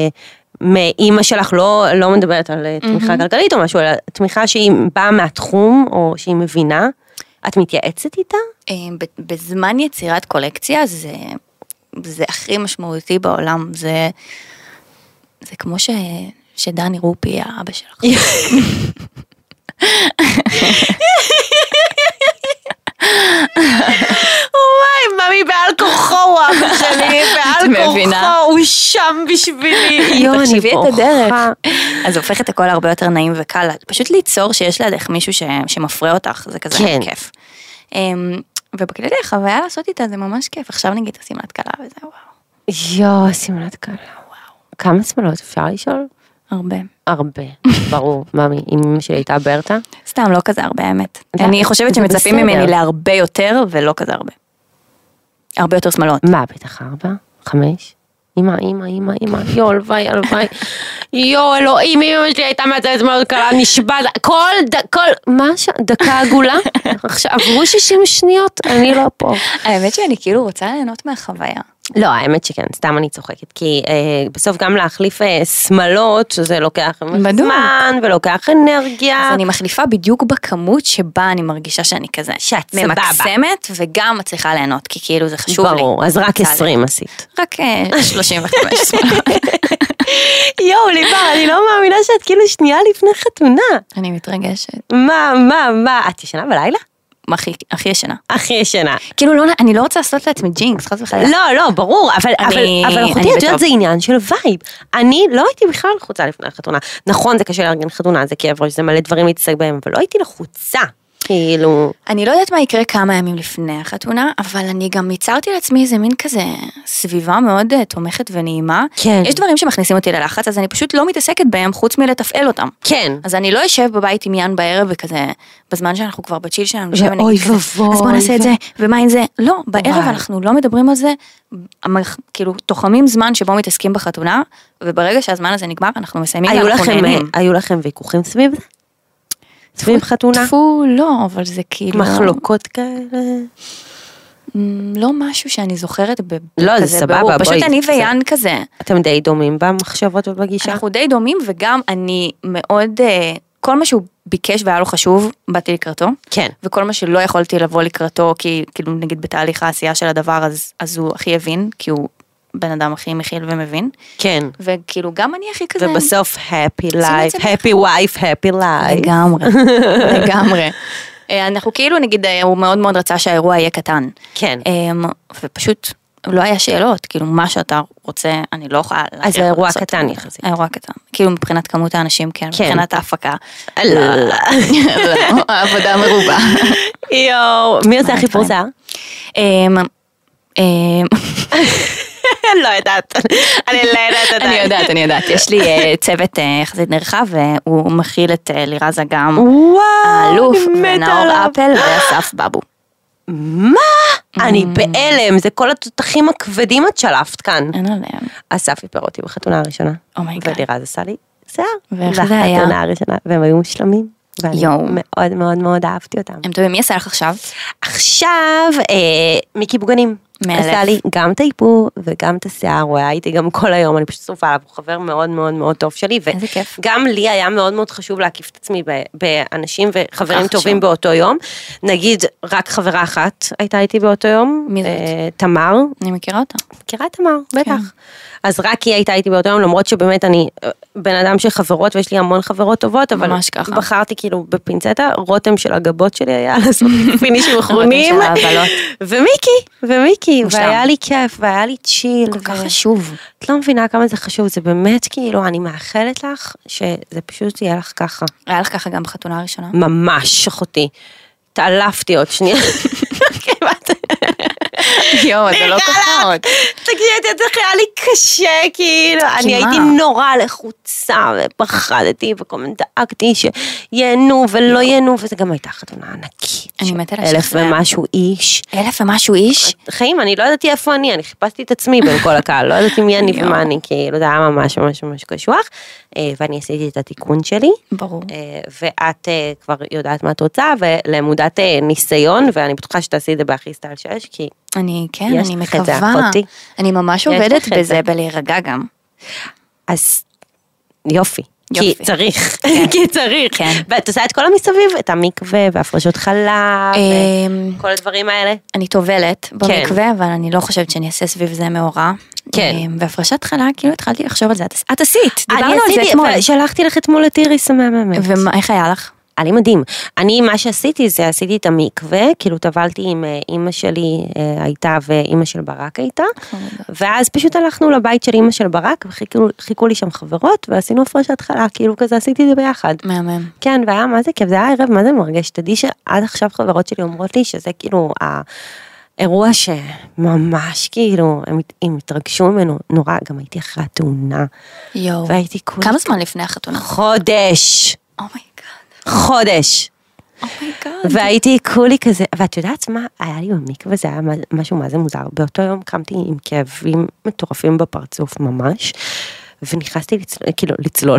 מאמא שלך, לא מדברת על תמיכה כלכלית או משהו, אלא תמיכה שהיא באה מהתחום או שהיא מבינה, את מתייעצת איתה? בזמן יצירת קולקציה זה הכי משמעותי בעולם, זה כמו שדני רופי, האבא שלך. וואי, ממי בעל כוחו הוא אבא שלי, בעל כוחו, הוא שם בשבילי. תחשבי את הדרך. אז הופך את הכל הרבה יותר נעים וקל, פשוט ליצור שיש לידך מישהו שמפרה אותך, זה כזה כיף. ובכללי החוויה לעשות איתה זה ממש כיף, עכשיו נגיד השמלת קלה וזה וואו. שמלת קלה, וואו. כמה שמלות אפשר לשאול? הרבה, ברור. ממי, אם אמא שלי הייתה ברטה? סתם, לא כזה הרבה האמת. אני חושבת שמצפים ממני להרבה יותר ולא כזה הרבה. הרבה יותר שמלות. מה, בטח 4? 5? אמא, הלוואי, אלוהים, אמא שלי הייתה מעצבת שמלות קלה, נשבע, מה דקה עגולה? עכשיו, עברו 60 שניות, אני לא פה. האמת שאני כאילו רוצה ליהנות מהחוויה. לא, האמת שכן, סתם אני צוחקת, כי בסוף גם להחליף שמלות, זה לוקח זמן ולוקח אנרגיה. אז אני מחליפה בדיוק בכמות שבה אני מרגישה שאני כזה, שאת ממקסמת וגם מצליחה ליהנות, כי כאילו זה חשוב לי. ברור, אז רק 20 עשית. רק 35 שמלות. ליבר, אני לא מאמינה שאת כאילו שנייה לפני חתונה. אני מתרגשת. מה, את ישנה בלילה? הכי ישנה. הכי ישנה. כאילו אני לא רוצה לעשות לעצמי ג'ינקס, חס וחלילה. לא, ברור, אבל אחותי, את יודעת, זה עניין של וייב. אני לא הייתי בכלל לחוצה לפני החתונה. נכון, זה קשה לארגן חתונה, זה כאב ראש, זה מלא דברים להתעסק בהם, אבל לא הייתי לחוצה. כאילו... אני לא יודעת מה יקרה כמה ימים לפני החתונה, אבל אני גם ייצרתי לעצמי איזה מין כזה סביבה מאוד תומכת ונעימה. כן. יש דברים שמכניסים אותי ללחץ, אז אני פשוט לא מתעסקת בהם חוץ מלתפעל אותם. כן. אז אני לא אשב בבית עם ין בערב וכזה, בזמן שאנחנו כבר בצ'יל שלנו, נשב ונגיד כזה, אז בוא נעשה את זה, ומה עם זה? לא, בערב אנחנו לא מדברים על זה, כאילו תוחמים זמן שבו מתעסקים בחתונה, וברגע שהזמן הזה נגמר, אנחנו מסיימים ואנחנו נהנים. היו לכם ויכוחים סביב זה? סביב חתונה? טפו, לא, אבל זה כאילו... מחלוקות כאלה? לא משהו שאני זוכרת לא, זה סבבה, פשוט אני ויאן כזה. אתם די דומים במחשבות ובגישה? אנחנו די דומים, וגם אני מאוד, כל מה שהוא ביקש והיה לו חשוב, באתי לקראתו. כן. וכל מה שלא יכולתי לבוא לקראתו, כי כאילו נגיד בתהליך העשייה של הדבר, אז הוא הכי הבין, כי הוא בן אדם הכי מכיל ומבין. כן. וכאילו גם אני הכי כזה... ובסוף happy life, happy wife, happy life. לגמרי, לגמרי. אנחנו כאילו נגיד, הוא מאוד מאוד רצה שהאירוע יהיה קטן. כן. ופשוט לא היה שאלות, כאילו מה שאתה רוצה, אני לא יכולה... אז האירוע קטן יחסית. האירוע קטן. כאילו מבחינת כמות האנשים, כן, מבחינת ההפקה. לא. העבודה מרובה. יואו, מי עושה חיפור שיער? לא יודעת, אני יודעת, יש לי צוות יחסית נרחב, והוא מכיל את לירז אגם, האלוף, ונאור אפל, ואסף בבו. מה? אני בהלם, זה כל התותחים הכבדים את שלפת כאן. אין עליהם. אסף יפר אותי בחתונה הראשונה, אומייגאד. ולירז עשה לי שיער. ואיך זה היה? בחתונה הראשונה, והם היו מושלמים. ואני מאוד מאוד מאוד אהבתי אותם. הם טובים, מי עשה לך עכשיו? עכשיו, מיקי בוגנים. עשה לי גם את האיפור וגם את השיער, הוא היה איתי גם כל היום, אני פשוט שרופה עליו, הוא חבר מאוד מאוד מאוד טוב שלי, איזה כיף. וגם לי היה מאוד מאוד חשוב להקיף את עצמי באנשים וחברים טובים באותו יום, נגיד רק חברה אחת הייתה איתי באותו יום, מי זאת? תמר. אני מכירה אותה. מכירה את תמר, בטח. אז רק היא הייתה איתי באותו יום, למרות שבאמת אני בן אדם של חברות, ויש לי המון חברות טובות, אבל בחרתי כאילו בפינצטה, רותם של הגבות שלי היה לעשות פינישים אחרונים, ומיקי, והיה לי כיף, והיה לי צ'יל. כל כך חשוב. את לא מבינה כמה זה חשוב, זה באמת כאילו, אני מאחלת לך, שזה פשוט יהיה לך ככה. היה לך ככה גם בחתונה הראשונה? ממש, אחותי. תעלפתי עוד שנייה. יואו, זה לא כוחות. תקשיבי, זה היה לי קשה, כאילו, אני הייתי נורא לחוצה, ופחדתי, וכל מיני דאגתי שיהנו ולא יהנו, וזה גם הייתה חתונה ענקית. אני מתה לשחרר. 1,000 ומשהו איש. 1,000 ומשהו איש? חיים, אני לא ידעתי איפה אני חיפשתי את עצמי בין כל הקהל, לא ידעתי מי אני ומה אני, כאילו, זה היה ממש ממש ממש קשוח, ואני עשיתי את התיקון שלי. ברור. ואת כבר יודעת מה את רוצה, ולמודת ניסיון, ואני בטוחה שתעשי את זה בהכי סטייל 6, כי אני מקווה, אני ממש עובדת בזה, בלהירגע גם. אז יופי. כי צריך, ואת עושה את כל המסביב, את המקווה והפרשות חלב, וכל הדברים האלה. אני טובלת במקווה, אבל אני לא חושבת שאני אעשה סביב זה מאורע. כן. והפרשת חלה, כאילו התחלתי לחשוב על זה, את עשית, דיברנו על זה אתמול. שלחתי לך אתמול את איריס המאממת. ואיך היה לך? היה לי מדהים. אני, מה שעשיתי זה, עשיתי את המקווה, כאילו טבלתי עם אמא שלי הייתה ואמא של ברק הייתה, ואז פשוט הלכנו לבית של אמא של ברק, וחיכו לי שם חברות, ועשינו הפרשת חלה, כאילו כזה עשיתי את זה ביחד. מהמם. כן, והיה מה זה כיף, זה היה ערב, מה זה מרגש, תדעי שעד עכשיו חברות שלי אומרות לי, שזה כאילו האירוע שממש כאילו, הם התרגשו ממנו, נורא, גם הייתי אחרי התאונה. יואו. והייתי כולי. כמה זמן לפני החתונה? חודש. חודש. אומייגאד. והייתי כולי כזה, ואת יודעת מה, היה לי במקווה, זה היה משהו מה זה מוזר, באותו יום קמתי עם כאבים מטורפים בפרצוף ממש, ונכנסתי לצלול,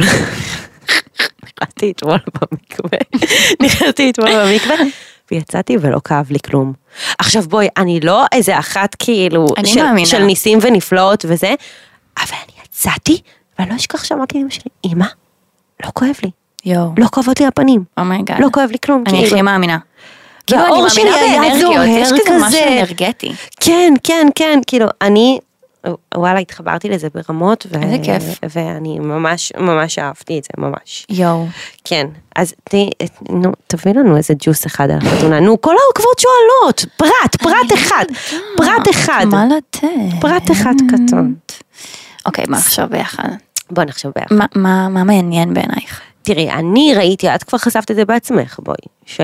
נכנסתי אתמול במקווה, ויצאתי ולא כאב לי כלום. עכשיו בואי, אני לא איזה אחת כאילו, של ניסים ונפלאות וזה, אבל אני יצאתי, ואני לא אשכח שאמרתי לאמא שלי, אמא, לא כואב לי. לא כואבות לי הפנים, לא כואב לי כלום. אני הכי מאמינה. והאור שלי היה זוהר יש כזה משהו אנרגטי. כן, כן, כן, כאילו, אני, וואלה, התחברתי לזה ברמות, איזה כיף. ואני ממש, ממש אהבתי את זה, ממש. יואו. כן, אז תביא לנו איזה ג'וס אחד על החתונה, נו, כל העוקבות שואלות, פרט אחד, פרט אחד. מה לתת? פרט אחד קטן. אוקיי, מה נחשוב ביחד? בוא נחשוב ביחד. מה מעניין בעינייך? תראי, אני ראיתי, את כבר חשפת את זה בעצמך, בואי,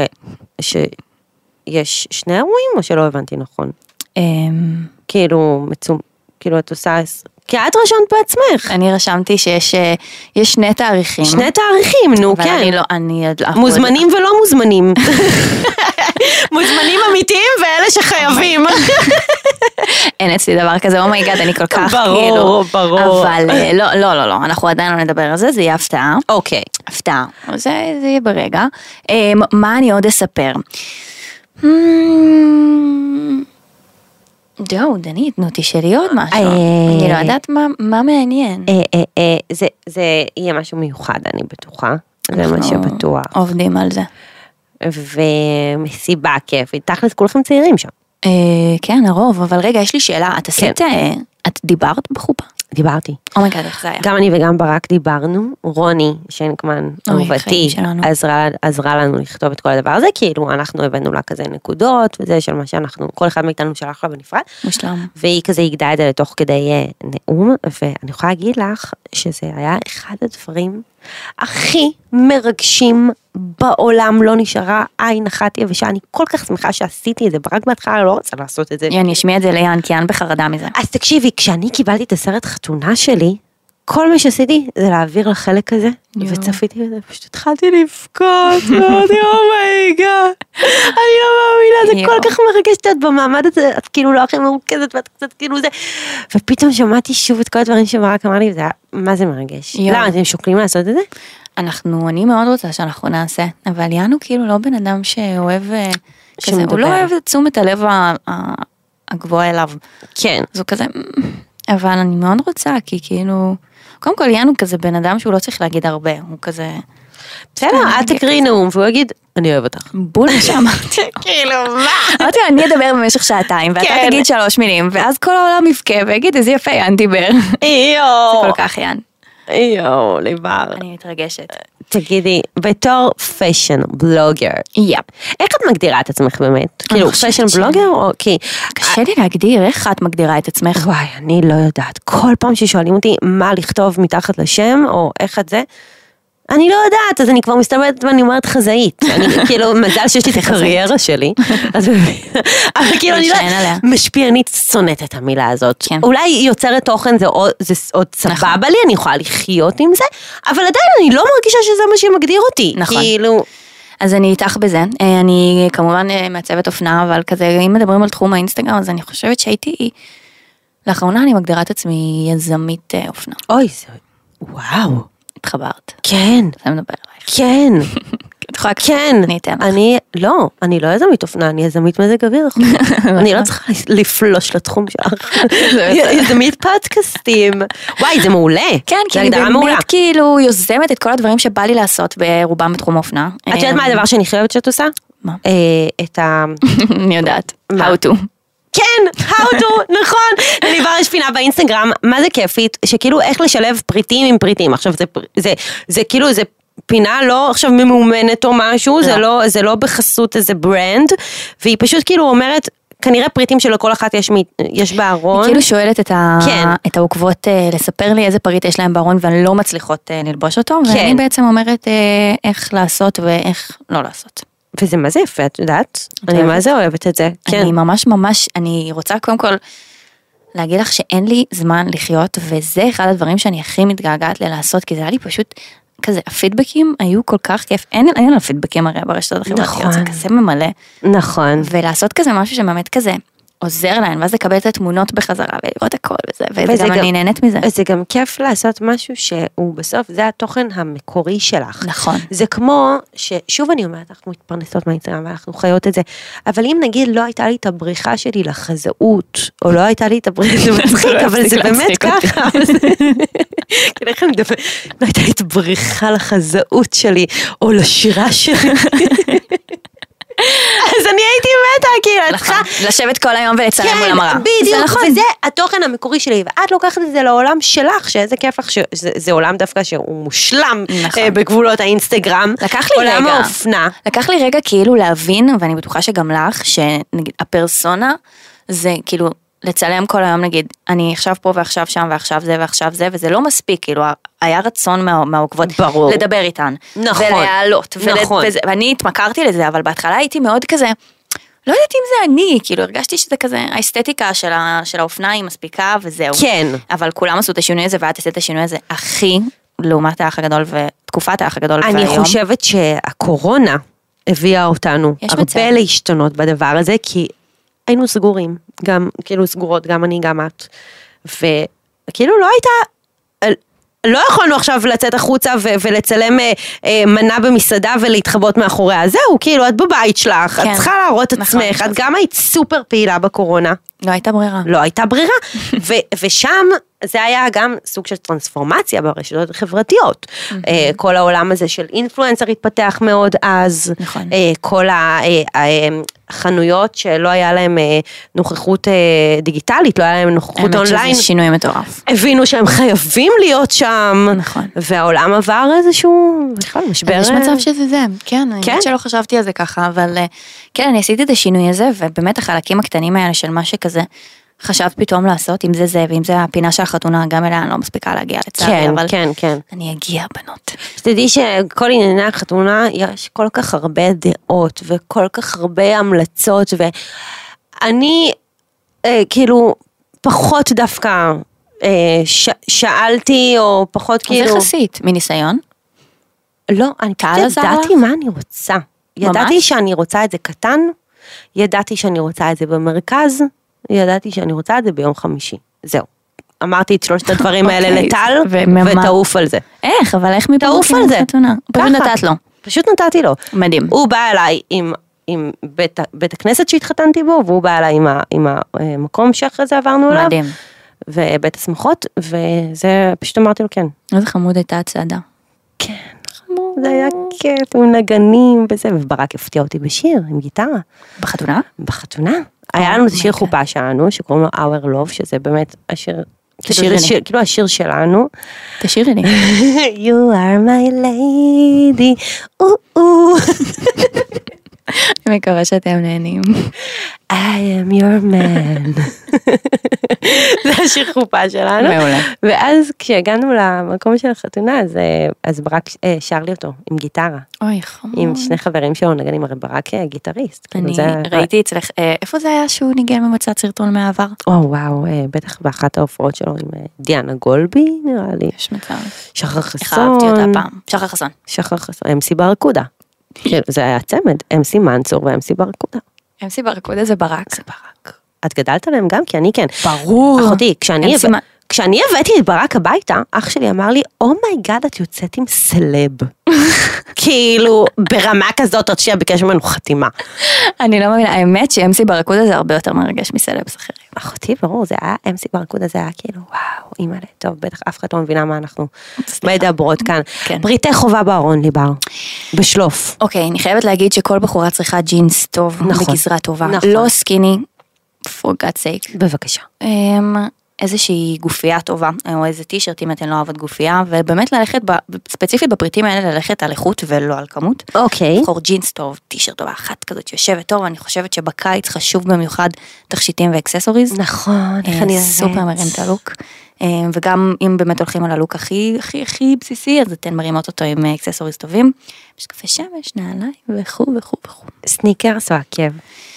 שיש שני אירועים, או שלא הבנתי נכון? כאילו, כאילו את עושה, כי את רשמת בעצמך. אני רשמתי שיש שני תאריכים. שני תאריכים, נו, כן. אבל אני לא... מוזמנים ולא מוזמנים. מוזמנים אמיתיים ואלה שחייבים. אין אצלי דבר כזה, אומייגאד, אני כל כך ברור, ברור. אבל לא, אנחנו עדיין לא נדבר על זה, זה יהיה הפתעה. אוקיי. הפתעה, זה יהיה ברגע. מה אני עוד אספר? זהו, דנית, נו, תשאלי עוד משהו. אני לא יודעת מה מעניין. זה יהיה משהו מיוחד, אני בטוחה. זה מה שבטוח. עובדים על זה. ומסיבה כיפית. תכלס כולכם צעירים שם. כן, הרוב, אבל רגע, יש לי שאלה. את עשית, את דיברת בחופה? דיברתי. אומייגאד, איך זה היה? גם אני וגם ברק דיברנו. רוני שנקמן, אהובתי, עזרה לנו לכתוב את כל הדבר הזה, כאילו אנחנו הבאנו לה כזה נקודות, וזה של מה שאנחנו, כל אחד מאיתנו שלח לה בנפרד. מושלם. והיא כזה הגדה את זה לתוך כדי נאום, ואני יכולה להגיד לך שזה היה אחד הדברים הכי מרגשים בעולם, לא נשארה עין אחת יבשה, אני כל כך שמחה שעשיתי את זה, ברק בהתחלה לא רוצה לעשות את זה. אני אשמיע את זה ליאן, כי אין בחרדה מזה. אז תקשיבי, כשאני קיבלתי את הסרט חתונה שלי, כל מה שעשיתי זה להעביר לחלק הזה, וצפיתי בזה, פשוט התחלתי לבכות, ואמרתי, אומייגאד, אני לא מאמינה, זה כל כך מרגש, את במעמד הזה, את כאילו לא הכי מרוכזת, ואת קצת כאילו זה, ופתאום שמעתי שוב את כל הדברים שברק אמר לי, וזה היה, מה זה מרגש? למה, אתם שוקלים לעשות את זה? אני מאוד רוצה שאנחנו נעשה, אבל יאנו כאילו לא בן אדם שאוהב, כזה, הוא לא אוהב את תשומת הלב הגבוה אליו. כן. זו כזה, אבל אני מאוד רוצה, כי כאילו, קודם כל יאנו כזה בן אדם שהוא לא צריך להגיד הרבה, הוא כזה... בסדר, את תקראי נאום, והוא יגיד, אני אוהב אותך. בול שאמרתי. כאילו, מה? אמרתי, אני אדבר במשך שעתיים, ואתה תגיד 3 מילים, ואז כל העולם יבכה, ויגיד, איזה יפה יאן דיבר. איו. זה כל כך יאן. איו, ליבר. אני מתרגשת. תגידי, בתור פשן בלוגר, איך את מגדירה את עצמך באמת? כאילו, פשן בלוגר או כי... קשה לי להגדיר איך את מגדירה את עצמך. וואי, אני לא יודעת. כל פעם ששואלים אותי מה לכתוב מתחת לשם, או איך את זה, אני לא יודעת, אז אני כבר מסתובבת ואני אומרת חזאית. אני כאילו, מזל שיש לי את הקריירה שלי. אבל כאילו, אני לא יודעת, משפיענית שונאת את המילה הזאת. אולי יוצרת תוכן, זה עוד סבבה לי, אני יכולה לחיות עם זה, אבל עדיין אני לא מרגישה שזה מה שמגדיר אותי. כאילו... אז אני איתך בזה, אני כמובן מעצבת אופנה, אבל כזה, אם מדברים על תחום האינסטגרם, אז אני חושבת שהייתי, לאחרונה אני מגדירה את עצמי יזמית אופנה. אוי, זה... וואו. התחברת. כן. זה מדבר עלייך. כן. כן. אני אתן לך. אני לא יזמית אופנה, אני יזמית מזג אוויר. אני לא צריכה לפלוש לתחום שלך. יזמית פודקאסטים. וואי, זה מעולה. כן, כי אני באמת כאילו יוזמת את כל הדברים שבא לי לעשות ברובם בתחום אופנה. את יודעת מה הדבר שאני חייבת שאת עושה? מה? את ה... אני יודעת. How to. כן, how to, נכון. אני כבר יש פינה באינסטגרם, מה זה כיפית, שכאילו איך לשלב פריטים עם פריטים. עכשיו זה כאילו, זה פינה לא עכשיו ממומנת או משהו, זה לא בחסות איזה ברנד, והיא פשוט כאילו אומרת, כנראה פריטים שלכל אחת יש בארון. היא כאילו שואלת את העוקבות לספר לי איזה פריט יש להם בארון, והן לא מצליחות ללבוש אותו, ואני בעצם אומרת איך לעשות ואיך לא לעשות. וזה מה זה יפה, את יודעת? אני מה זה אוהבת את זה. אני ממש, אני רוצה קודם כל להגיד לך שאין לי זמן לחיות, וזה אחד הדברים שאני הכי מתגעגעת ללעשות, כי זה היה לי פשוט כזה, הפידבקים היו כל כך כיף, אין לנו פידבקים הרי ברשתות החברתיות, זה כזה ממלא. נכון. ולעשות כזה משהו שבאמת כזה עוזר להן, ואז לקבל את התמונות בחזרה, ולראות הכל וזה גם אני נהנית מזה. זה גם כיף לעשות משהו שהוא בסוף, זה התוכן המקורי שלך. נכון. זה כמו, ששוב אני אומרת, אנחנו מתפרנסות מהאינסטגרם, ואנחנו חיות את זה, אבל אם נגיד לא הייתה לי את הבריחה שלי לחזאות, או לא הייתה לי את הבריחה, זה מצחיק, אבל זה באמת ככה. כאילו איך אני מדבר, לא הייתה לי את הבריחה לחזאות שלי, או לשירה שלי. אז אני הייתי מתה, כאילו, את צריכה... לשבת כל היום ולצלם מול המראה. בדיוק, וזה התוכן המקורי שלי, ואת לוקחת את זה לעולם שלך, שאיזה כיף לך, שזה עולם דווקא שהוא מושלם בגבולות האינסטגרם, עולם האופנה. לקח לי רגע כאילו להבין, ואני בטוחה שגם לך, שנגיד הפרסונה, זה כאילו... לצלם כל היום, נגיד, אני עכשיו פה ועכשיו שם ועכשיו זה ועכשיו זה, וזה לא מספיק, כאילו, היה רצון מהעוקבות לדבר איתן, ולהעלות, ואני התמכרתי לזה, אבל בהתחלה הייתי מאוד כזה, לא יודעת אם זה אני, כאילו, הרגשתי שזה כזה, האסתטיקה של האופנה היא מספיקה, וזהו. כן. אבל כולם עשו את השינוי הזה, ואת עשית את השינוי הזה הכי, לעומת האח הגדול ותקופת האח הגדול והיום. אני חושבת שהקורונה הביאה אותנו הרבה להשתנות בדבר הזה, כי היינו סגורים, גם, כאילו סגורות, גם אני, גם את, וכאילו לא הייתה, לא יכולנו עכשיו לצאת החוצה ולצלם מנה במסעדה ולהתחבות מאחוריה, זהו, כאילו את בבית שלך, את צריכה להראות את עצמך, את גם היית סופר פעילה בקורונה. לא הייתה ברירה. לא הייתה ברירה, ושם זה היה גם סוג של טרנספורמציה ברשתות החברתיות, כל העולם הזה של אינפלואנסר התפתח מאוד אז, כל החנויות שלא היה להם נוכחות דיגיטלית, לא היה להם נוכחות אונליין, האמת שזה שינוי מטורף. הבינו שהם חייבים להיות שם, והעולם עבר איזשהו בכלל משבר. יש מצב שזה זה, כן, האמת שלא חשבתי על זה ככה, אבל כן, אני עשיתי את השינוי הזה, ובאמת החלקים הקטנים האלה של מה שכזה, חשבת פתאום לעשות, אם זה זה, ואם זה הפינה של החתונה, גם אליה אני לא מספיקה להגיע לצערי, אבל אני אגיע בנות. שתדעי שכל ענייני החתונה, יש כל כך הרבה דעות, וכל כך הרבה המלצות, ואני, כאילו, פחות דווקא, שאלתי, או פחות כאילו... אז איך עשית? מניסיון? לא, אני ידעתי מה אני רוצה. ידעתי שאני רוצה את זה קטן, ידעתי שאני רוצה את זה במרכז, ידעתי שאני רוצה את זה ביום חמישי. זהו. אמרתי את שלושת הדברים האלה לטל, ותעוף על זה. איך? אבל איך מפה תעוף על זה. פשוט נתת לו. פשוט נתתי לו. מדהים. הוא בא אליי עם בית הכנסת שהתחתנתי בו, והוא בא אליי עם המקום שאחרי זה עברנו אליו. מדהים. ובית השמחות, וזה פשוט אמרתי לו כן. איזה חמוד הייתה הצעדה. כן. זה היה כיף, עם נגנים וזה, וברק הפתיע אותי בשיר, עם גיטרה. בחתונה? בחתונה. היה לנו את השיר חופה שלנו, שקוראים לו Our Love, שזה באמת השיר, כאילו השיר שלנו. תשירי לי. You are my lady, אני מקווה שאתם נהנים. I am your man. זה השיר חופה שלנו. מעולה. ואז כשהגענו למקום של החתונה, אז ברק שר לי אותו עם גיטרה. אוי, חמוד. עם שני חברים שלו נגנים, הרי ברק גיטריסט. אני ראיתי אצלך, איפה זה היה שהוא ניגן במצאת סרטון מהעבר? וואו, בטח באחת ההופעות שלו עם דיאנה גולבי, נראה לי. יש מצב. שחר חסון. אהבתי אותה פעם. שחר חסון. MC ברקודה. זה היה צמד, MC מנצור ו-MC ברקודה. MC ברקודה זה ברק. זה ברק. את גדלת עליהם גם? כי אני כן. ברור. אחותי, כשאני הבאתי את ברק הביתה, אח שלי אמר לי, אומייגאד, את יוצאת עם סלב. כאילו, ברמה כזאת, עוד ביקש ממנו חתימה. אני לא מבינה, האמת ש-MC ברקודה זה הרבה יותר מרגש מסלבס אחרים. אחותי, ברור, זה היה, MC ברקודה זה היה כאילו, וואו, אימא'לה, טוב, בטח אף אחד לא מבינה מה אנחנו מדברות כאן. בריתי חובה בארון ליבר, בשלוף. אוקיי, אני חייבת להגיד שכל בחורה צריכה ג'ינס טוב, בגזרה טובה. לא סקיני, for God's sake. בבקשה. איזושהי גופייה טובה, או איזה טישרט אם אתן לא אוהבות גופייה, ובאמת ללכת, ספציפית בפריטים האלה, ללכת על איכות ולא על כמות. אוקיי. לבחור ג'ינס טוב, טישרט טובה, אחת כזאת יושבת טוב, אני חושבת שבקיץ חשוב במיוחד תכשיטים ואקססוריז. נכון, איך אני אוהבת. סופר מרים את הלוק. וגם אם באמת הולכים על הלוק הכי בסיסי, אז אתן מרימות אותו עם אקססוריז טובים. משקפי שמש, נעליים וכו' וכו' וכו'. סניקרס או עקב?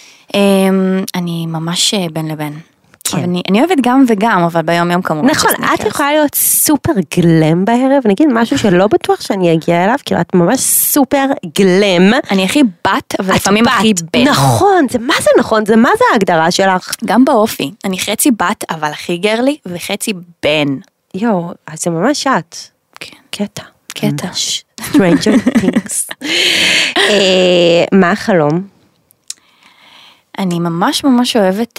אני ממש בין לבין. אני אוהבת גם וגם, אבל ביום יום כמובן. נכון, את יכולה להיות סופר גלם בערב, נגיד משהו שלא בטוח שאני אגיע אליו, כאילו את ממש סופר גלם. אני הכי בת, אבל לפעמים הכי בן. נכון, זה מה זה נכון, זה מה זה ההגדרה שלך? גם באופי, אני חצי בת, אבל הכי גרלי, וחצי בן. יו, אז זה ממש את. כן. קטע. Stranger Things. מה החלום? אני ממש ממש אוהבת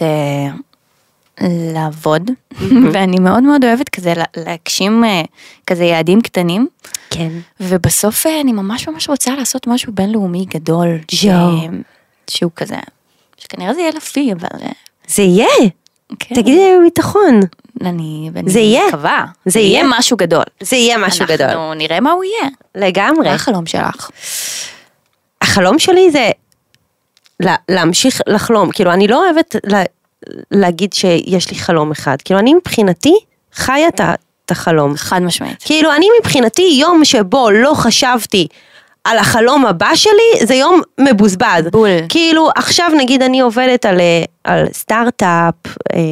לעבוד, ואני מאוד מאוד אוהבת כזה להגשים כזה יעדים קטנים. כן. ובסוף אני ממש ממש רוצה לעשות משהו בינלאומי גדול. שהוא כזה, שכנראה זה יהיה לפי, אבל... זה יהיה. תגידי לי בביטחון. אני מקווה. זה יהיה משהו גדול. זה יהיה משהו גדול. אנחנו נראה מה הוא יהיה. לגמרי. מה החלום שלך? החלום שלי זה להמשיך לחלום. כאילו, אני לא אוהבת להגיד שיש לי חלום אחד. כאילו, אני מבחינתי חיה את החלום. חד משמעית. כאילו, אני מבחינתי יום שבו לא חשבתי על החלום הבא שלי, זה יום מבוזבז. בול. כאילו, עכשיו נגיד אני עובדת על סטארט-אפ,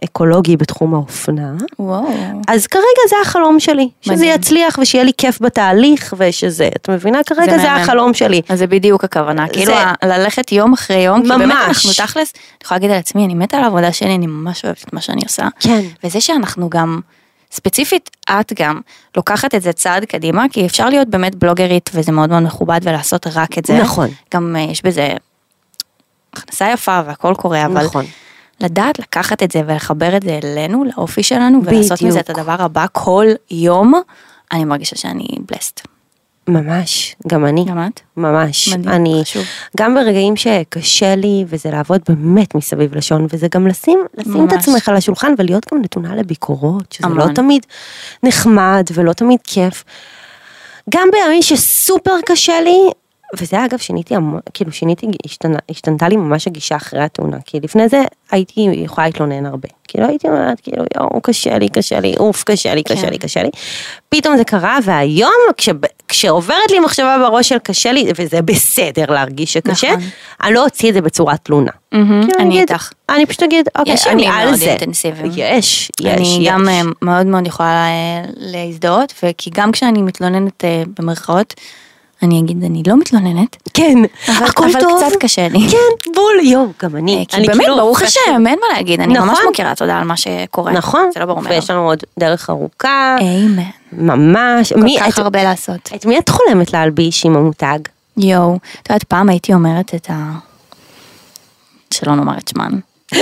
אקולוגי בתחום האופנה. וואו. אז כרגע זה החלום שלי, שזה יצליח ושיהיה לי כיף בתהליך ושזה, את מבינה? כרגע זה החלום שלי. אז זה בדיוק הכוונה, כאילו ללכת יום אחרי יום, כי באמת אנחנו תכלס, אני יכולה להגיד על עצמי, אני מתה על העבודה שלי, אני ממש אוהבת את מה שאני עושה. כן. וזה שאנחנו גם, ספציפית את גם, לוקחת את זה צעד קדימה, כי אפשר להיות באמת בלוגרית, וזה מאוד מאוד מכובד, ולעשות רק את זה. נכון. גם יש בזה הכנסה יפה והכל קורה, אבל נכון. לדעת לקחת את זה ולחבר את זה אלינו, לאופי שלנו, ולעשות מזה את הדבר הבא כל יום, אני מרגישה שאני בלסט. ממש, גם אני. גם את? ממש. מדהים, אני, חשוב. גם ברגעים שקשה לי, וזה לעבוד באמת מסביב לשון, וזה גם לשים את עצמך על השולחן, ולהיות גם נתונה לביקורות, שזה לא תמיד נחמד, ולא תמיד כיף. גם בימים שסופר קשה לי, וזה אגב השתנתה לי ממש הגישה אחרי התאונה, כי לפני זה הייתי יכולה להתלונן הרבה, כאילו הייתי אומרת, כאילו, יואו, קשה לי, אוף, קשה לי, פתאום זה קרה, והיום, כשעוברת לי מחשבה בראש של קשה לי, וזה בסדר להרגיש שקשה, אני לא אוציא את זה בצורת תלונה. אני איתך. אני פשוט אגיד, אוקיי, אני על זה. יש. אני גם מאוד מאוד יכולה להזדהות, וכי גם כשאני מתלוננת במרכאות, אני אגיד, אני לא מתלוננת. כן, הכל טוב. אבל קצת קשה לי. כן, בול, יואו, גם אני. כי באמת, ברוך השם, אין מה להגיד, אני ממש מוכירה תודה על מה שקורה. נכון, זה לא ברור מאליו. ויש לנו עוד דרך ארוכה. אמן. ממש. כל כך הרבה לעשות. את מי את חולמת להלביש עם המותג? יואו, את יודעת, פעם הייתי אומרת את שלא נאמר את שמן.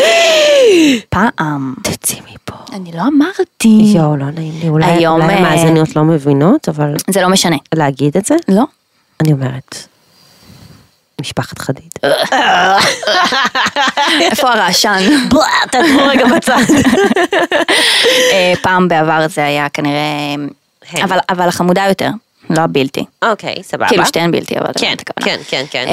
פעם. תצאי מפה. אני לא אמרתי. יואו, לא נעים לי. אולי המאזניות לא מבינות, אבל... זה לא משנה. להגיד את זה? לא. אני אומרת, משפחת חדיד. איפה הרעשן? תעצרו רגע בצד. פעם בעבר זה היה כנראה, אבל החמודה יותר, לא הבלתי. אוקיי, סבבה. כאילו שתיהן בלתי, אבל... כן.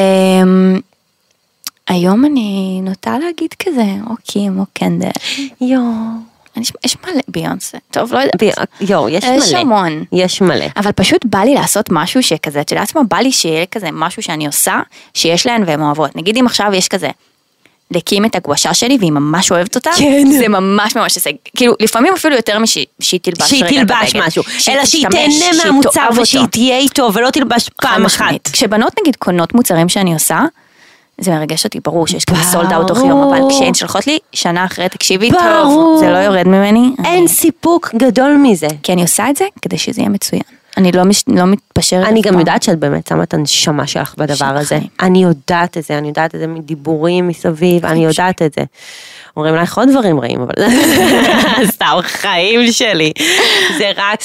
היום אני נוטה להגיד כזה, או קים או קנדל. יואו. יש מלא ביונסה, טוב, לא יודעת. יואו, יש מלא. יש המון. יש מלא. אבל פשוט בא לי לעשות משהו שכזה, את יודעת מה, בא לי שיהיה כזה משהו שאני עושה, שיש להן והן אוהבות. נגיד אם עכשיו יש כזה, להקים את הגואשה שלי, והיא ממש אוהבת אותה, זה ממש ממש עושה, כאילו, לפעמים אפילו יותר שהיא תלבש רגע את הבגד. משהו, אלא שהיא תהנה מהמוצר ושהיא תהיה איתו, ולא תלבש פעם אחת. כשבנות נגיד קונות מוצרים שאני עושה, זה מרגש אותי, ברור שיש כזה סולד אאוט תוך יום, אבל כשהן שלחות לי שנה אחרי, תקשיבי, טוב, זה לא יורד ממני. אין סיפוק גדול מזה. כי אני עושה את זה כדי שזה יהיה מצוין. אני לא מתפשרת. אני גם יודעת שאת באמת שמה את הנשמה שלך בדבר הזה. אני יודעת את זה, מדיבורים מסביב, אני יודעת את זה. אומרים לך עוד דברים רעים, אבל סתם חיים שלי. זה רק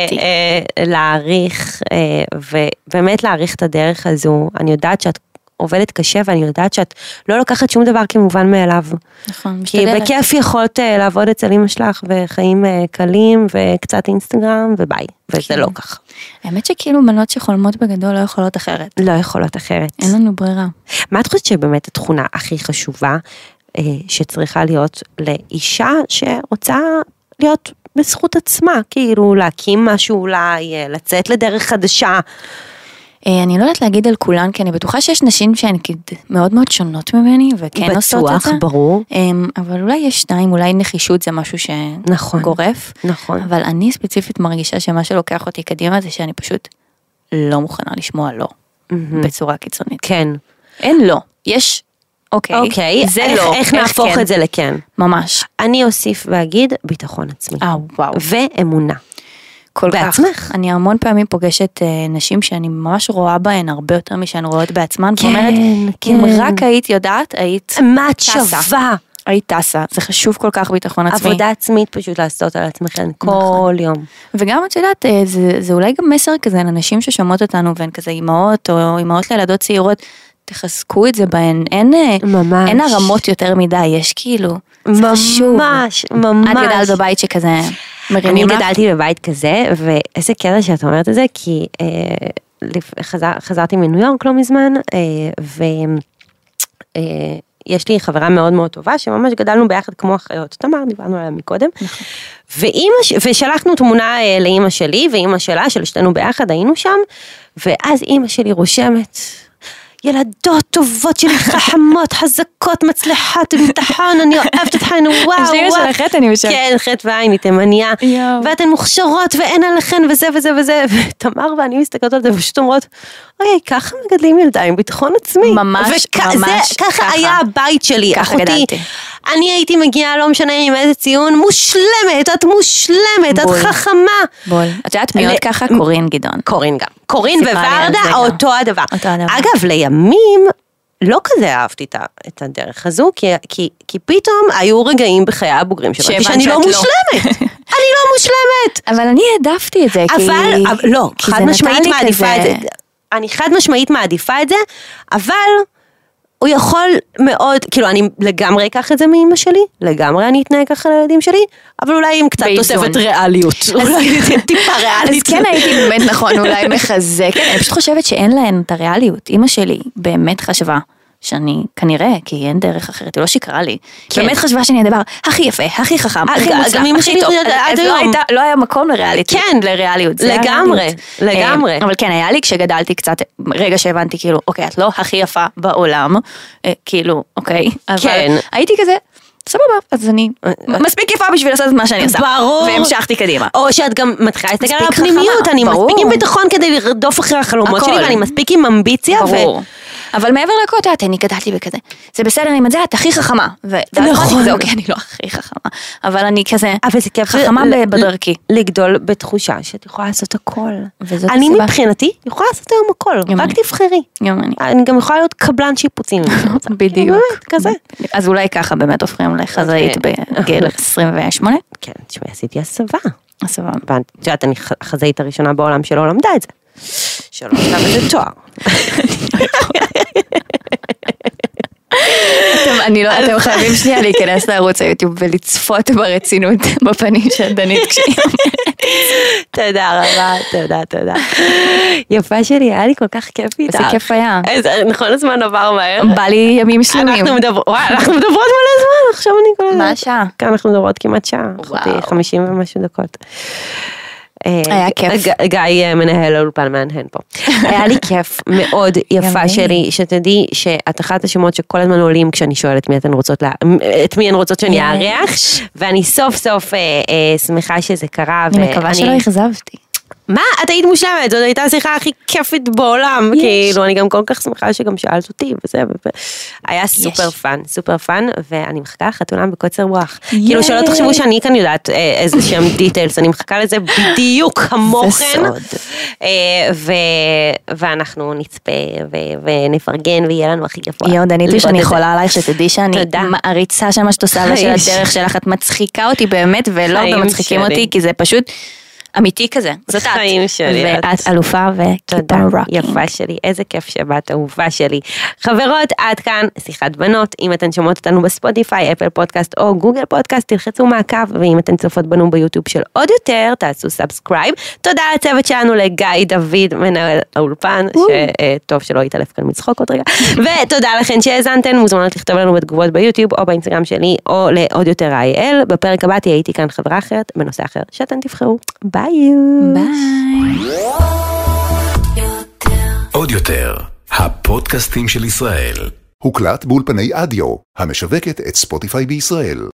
להעריך, ובאמת להעריך את הדרך הזו. אני יודעת שאת עובדת קשה, ואני יודעת שאת לא לוקחת שום דבר כמובן מאליו. נכון, משתדלת. כי בכיף יכולת לעבוד אצל אמא שלך, וחיים קלים, וקצת אינסטגרם, וביי. וזה לא כך. האמת שכאילו בנות שחולמות בגדול לא יכולות אחרת. לא יכולות אחרת. אין לנו ברירה. מה את חושבת שבאמת התכונה הכי חשובה, שצריכה להיות לאישה שרוצה להיות בזכות עצמה, כאילו להקים משהו אולי, לצאת לדרך חדשה? אני לא יודעת להגיד על כולן, כי אני בטוחה שיש נשים שהן מאוד מאוד שונות ממני, וכן עושות את זה. בטוח, ברור. אבל אולי יש שניים, אולי נחישות זה משהו שגורף. נכון. אבל אני ספציפית מרגישה שמה שלוקח אותי קדימה, זה שאני פשוט לא מוכנה לשמוע לא, בצורה קיצונית. כן. אין לא. יש, אוקיי. זה לא. איך נהפוך את זה לכן? ממש. אני אוסיף ואגיד ביטחון עצמי. וואו. ואמונה. כל בעצמך. כך. אני המון פעמים פוגשת נשים שאני ממש רואה בהן הרבה יותר משאני רואות בעצמן, כן, ואומרת, כן. אם רק היית יודעת, היית מה את שווה? היית טסה, זה חשוב כל כך ביטחון עצמי. עבודה עצמית פשוט לעשות על עצמכם כל יום. וגם את יודעת, זה אולי גם מסר כזה לנשים ששומעות אותנו, והן כזה אימהות או אימהות לילדות צעירות, תחזקו את זה בהן, אין הרמות יותר מדי, יש כאילו, זה חשוב. ממש. את גדלת בבית שכזה מרימים לך? אני גדלתי בבית כזה, ואיזה קטע שאת אומרת את זה, כי חזרתי מניו יורק לא מזמן, ויש לי חברה מאוד מאוד טובה, שממש גדלנו ביחד כמו אחיות, תמר, דיברנו עליה מקודם, ושלחנו תמונה לאמא שלי, ואמא שלה, שלשתנו ביחד, היינו שם, ואז אמא שלי רושמת, ילדות טובות שלי, חכמות, חזקות, מצליחות, ביטחון, אני אוהבת אתכן, וואו. השיר של החטא, אני חושבת. כן, חטא ועין, היא תימניה. ואתן מוכשרות, ואין עליכן, וזה וזה וזה. ותמר ואני מסתכלות על זה, ופשוט אומרות, אוקיי, ככה מגדלים ילדה עם ביטחון עצמי. ממש ככה היה הבית שלי, אחותי. אני הייתי מגיעה, לא משנה עם איזה ציון, מושלמת, את מושלמת, את חכמה. בול. את יודעת מי עוד ככה? קורין גדעון. קורין גם. קורין וורדה, אותו הדבר. אותו הדבר. אגב, לימים, לא כזה אהבתי את הדרך הזו, כי פתאום היו רגעים בחיי הבוגרים שבאתי שאני לא מושלמת. אני לא מושלמת. אבל אני העדפתי את זה, אבל, לא, חד משמעית מעדיפה את זה. אני חד משמעית מעדיפה את זה, אבל הוא יכול מאוד, כאילו אני לגמרי אקח את זה מאמא שלי, לגמרי אני אתנהג ככה לילדים שלי, אבל אולי עם קצת תוספת ריאליות. אולי טיפה ריאלית. אז כן הייתי באמת נכון, אולי מחזק. אני פשוט חושבת שאין להן את הריאליות. אמא שלי באמת חשבה שאני, כנראה, כי אין דרך אחרת, היא לא שקרה לי. באמת חשבה שאני הדבר הכי יפה, הכי חכם, הכי מוצלח, הכי טוב. אז לא היה מקום לריאליות. לגמרי. אבל כן, היה לי כשגדלתי קצת, רגע שהבנתי כאילו, אוקיי, את לא הכי יפה בעולם, כאילו, אוקיי, אבל הייתי כזה, סבבה, אז אני מספיק יפה בשביל לעשות את מה שאני עושה. ברור. והמשכתי קדימה. או שאת גם מתחילה להסתכל על הפנימיות, אני מספיק עם ביטחון כדי לרדוף אחרי החלומות שלי, ואני מספיק עם אמביציה. ברור. אבל מעבר לכל, אני גדלתי בכזה, זה בסדר עם את זה, את הכי חכמה. נכון. אוקיי, אני לא הכי חכמה, אבל אני כזה חכמה בדרכי. לגדול בתחושה שאת יכולה לעשות הכל. אני מבחינתי יכולה לעשות היום הכל, רק תבחרי. אני גם יכולה להיות קבלן שיפוצים. בדיוק. כזה. אז אולי ככה באמת הופכים לחזאית בגיל 28? כן, תשמעי, עשיתי הסבה. הסבה. ואת יודעת, אני החזאית הראשונה בעולם שלא למדה את זה. שלא למדה בזה תואר. אתם חייבים שנייה להיכנס לערוץ היוטיוב ולצפות ברצינות בפנים של דנית כשהיא אומרת. תודה רבה, תודה. יפה שלי, היה לי כל כך כיף איתך. איזה כיף היה. נכון, הזמן עבר מהר. בא לי ימים שלמים. אנחנו מדברות מלא זמן, עכשיו אני כל הזמן. מה השעה? כאן אנחנו מדברות כמעט שעה. 50 ומשהו דקות. היה כיף. גיא מנהל האולפן מהנהן פה. היה לי כיף מאוד יפה שלי, שתדעי שאת אחת השמות שכל הזמן עולים כשאני שואלת את מי הן רוצות שאני אארח, ואני סוף סוף שמחה שזה קרה. אני מקווה שלא אכזבתי. מה? את היית מושלמת, זאת הייתה השיחה הכי כיפית בעולם, כאילו, אני גם כל כך שמחה שגם שאלת אותי, וזה, היה סופר פאן, ואני מחכה לחתונה בקוצר רוח. כאילו, שלא תחשבו שאני כאן יודעת איזה שהם דיטיילס, אני מחכה לזה בדיוק כמוכן, ואנחנו נצפה ונפרגן, ויהיה לנו הכי גבוה. יו, דניתי שאני יכולה עלייך, שתדעי שאני מעריצה של מה שאת עושה, ושל הדרך שלך, את מצחיקה אותי באמת, ולא במצחיקים אותי, כי זה פשוט אמיתי כזה, זאת את. חיים שלי. ואת אלופה וכיפה רוקינג. יפה שלי, איזה כיף שבאת, אהובה שלי. חברות, עד כאן שיחת בנות. אם אתן שומעות אותנו בספוטיפיי, אפל פודקאסט או גוגל פודקאסט, תלחצו מעקב, ואם אתן צופות בנו ביוטיוב של עוד יותר, תעשו סאבסקרייב. תודה לצוות שלנו, לגיא דוד, מנהל האולפן, שטוב שלא יתעלף כאן מצחוק עוד רגע. ותודה לכן שהאזנתן, מוזמנות לכתוב לנו בתגובות ביוטיוב, או באינסטגרם שלי, או לעוד יותר IL. בפרק הבא הייתי כאן חברה אחרת, בנושא אחר, שאתן תבחרו. ביי. עוד יותר, הפודקאסטים של ישראל. הוקלט באולפני אדיו, המשווקת את ספוטיפיי בישראל.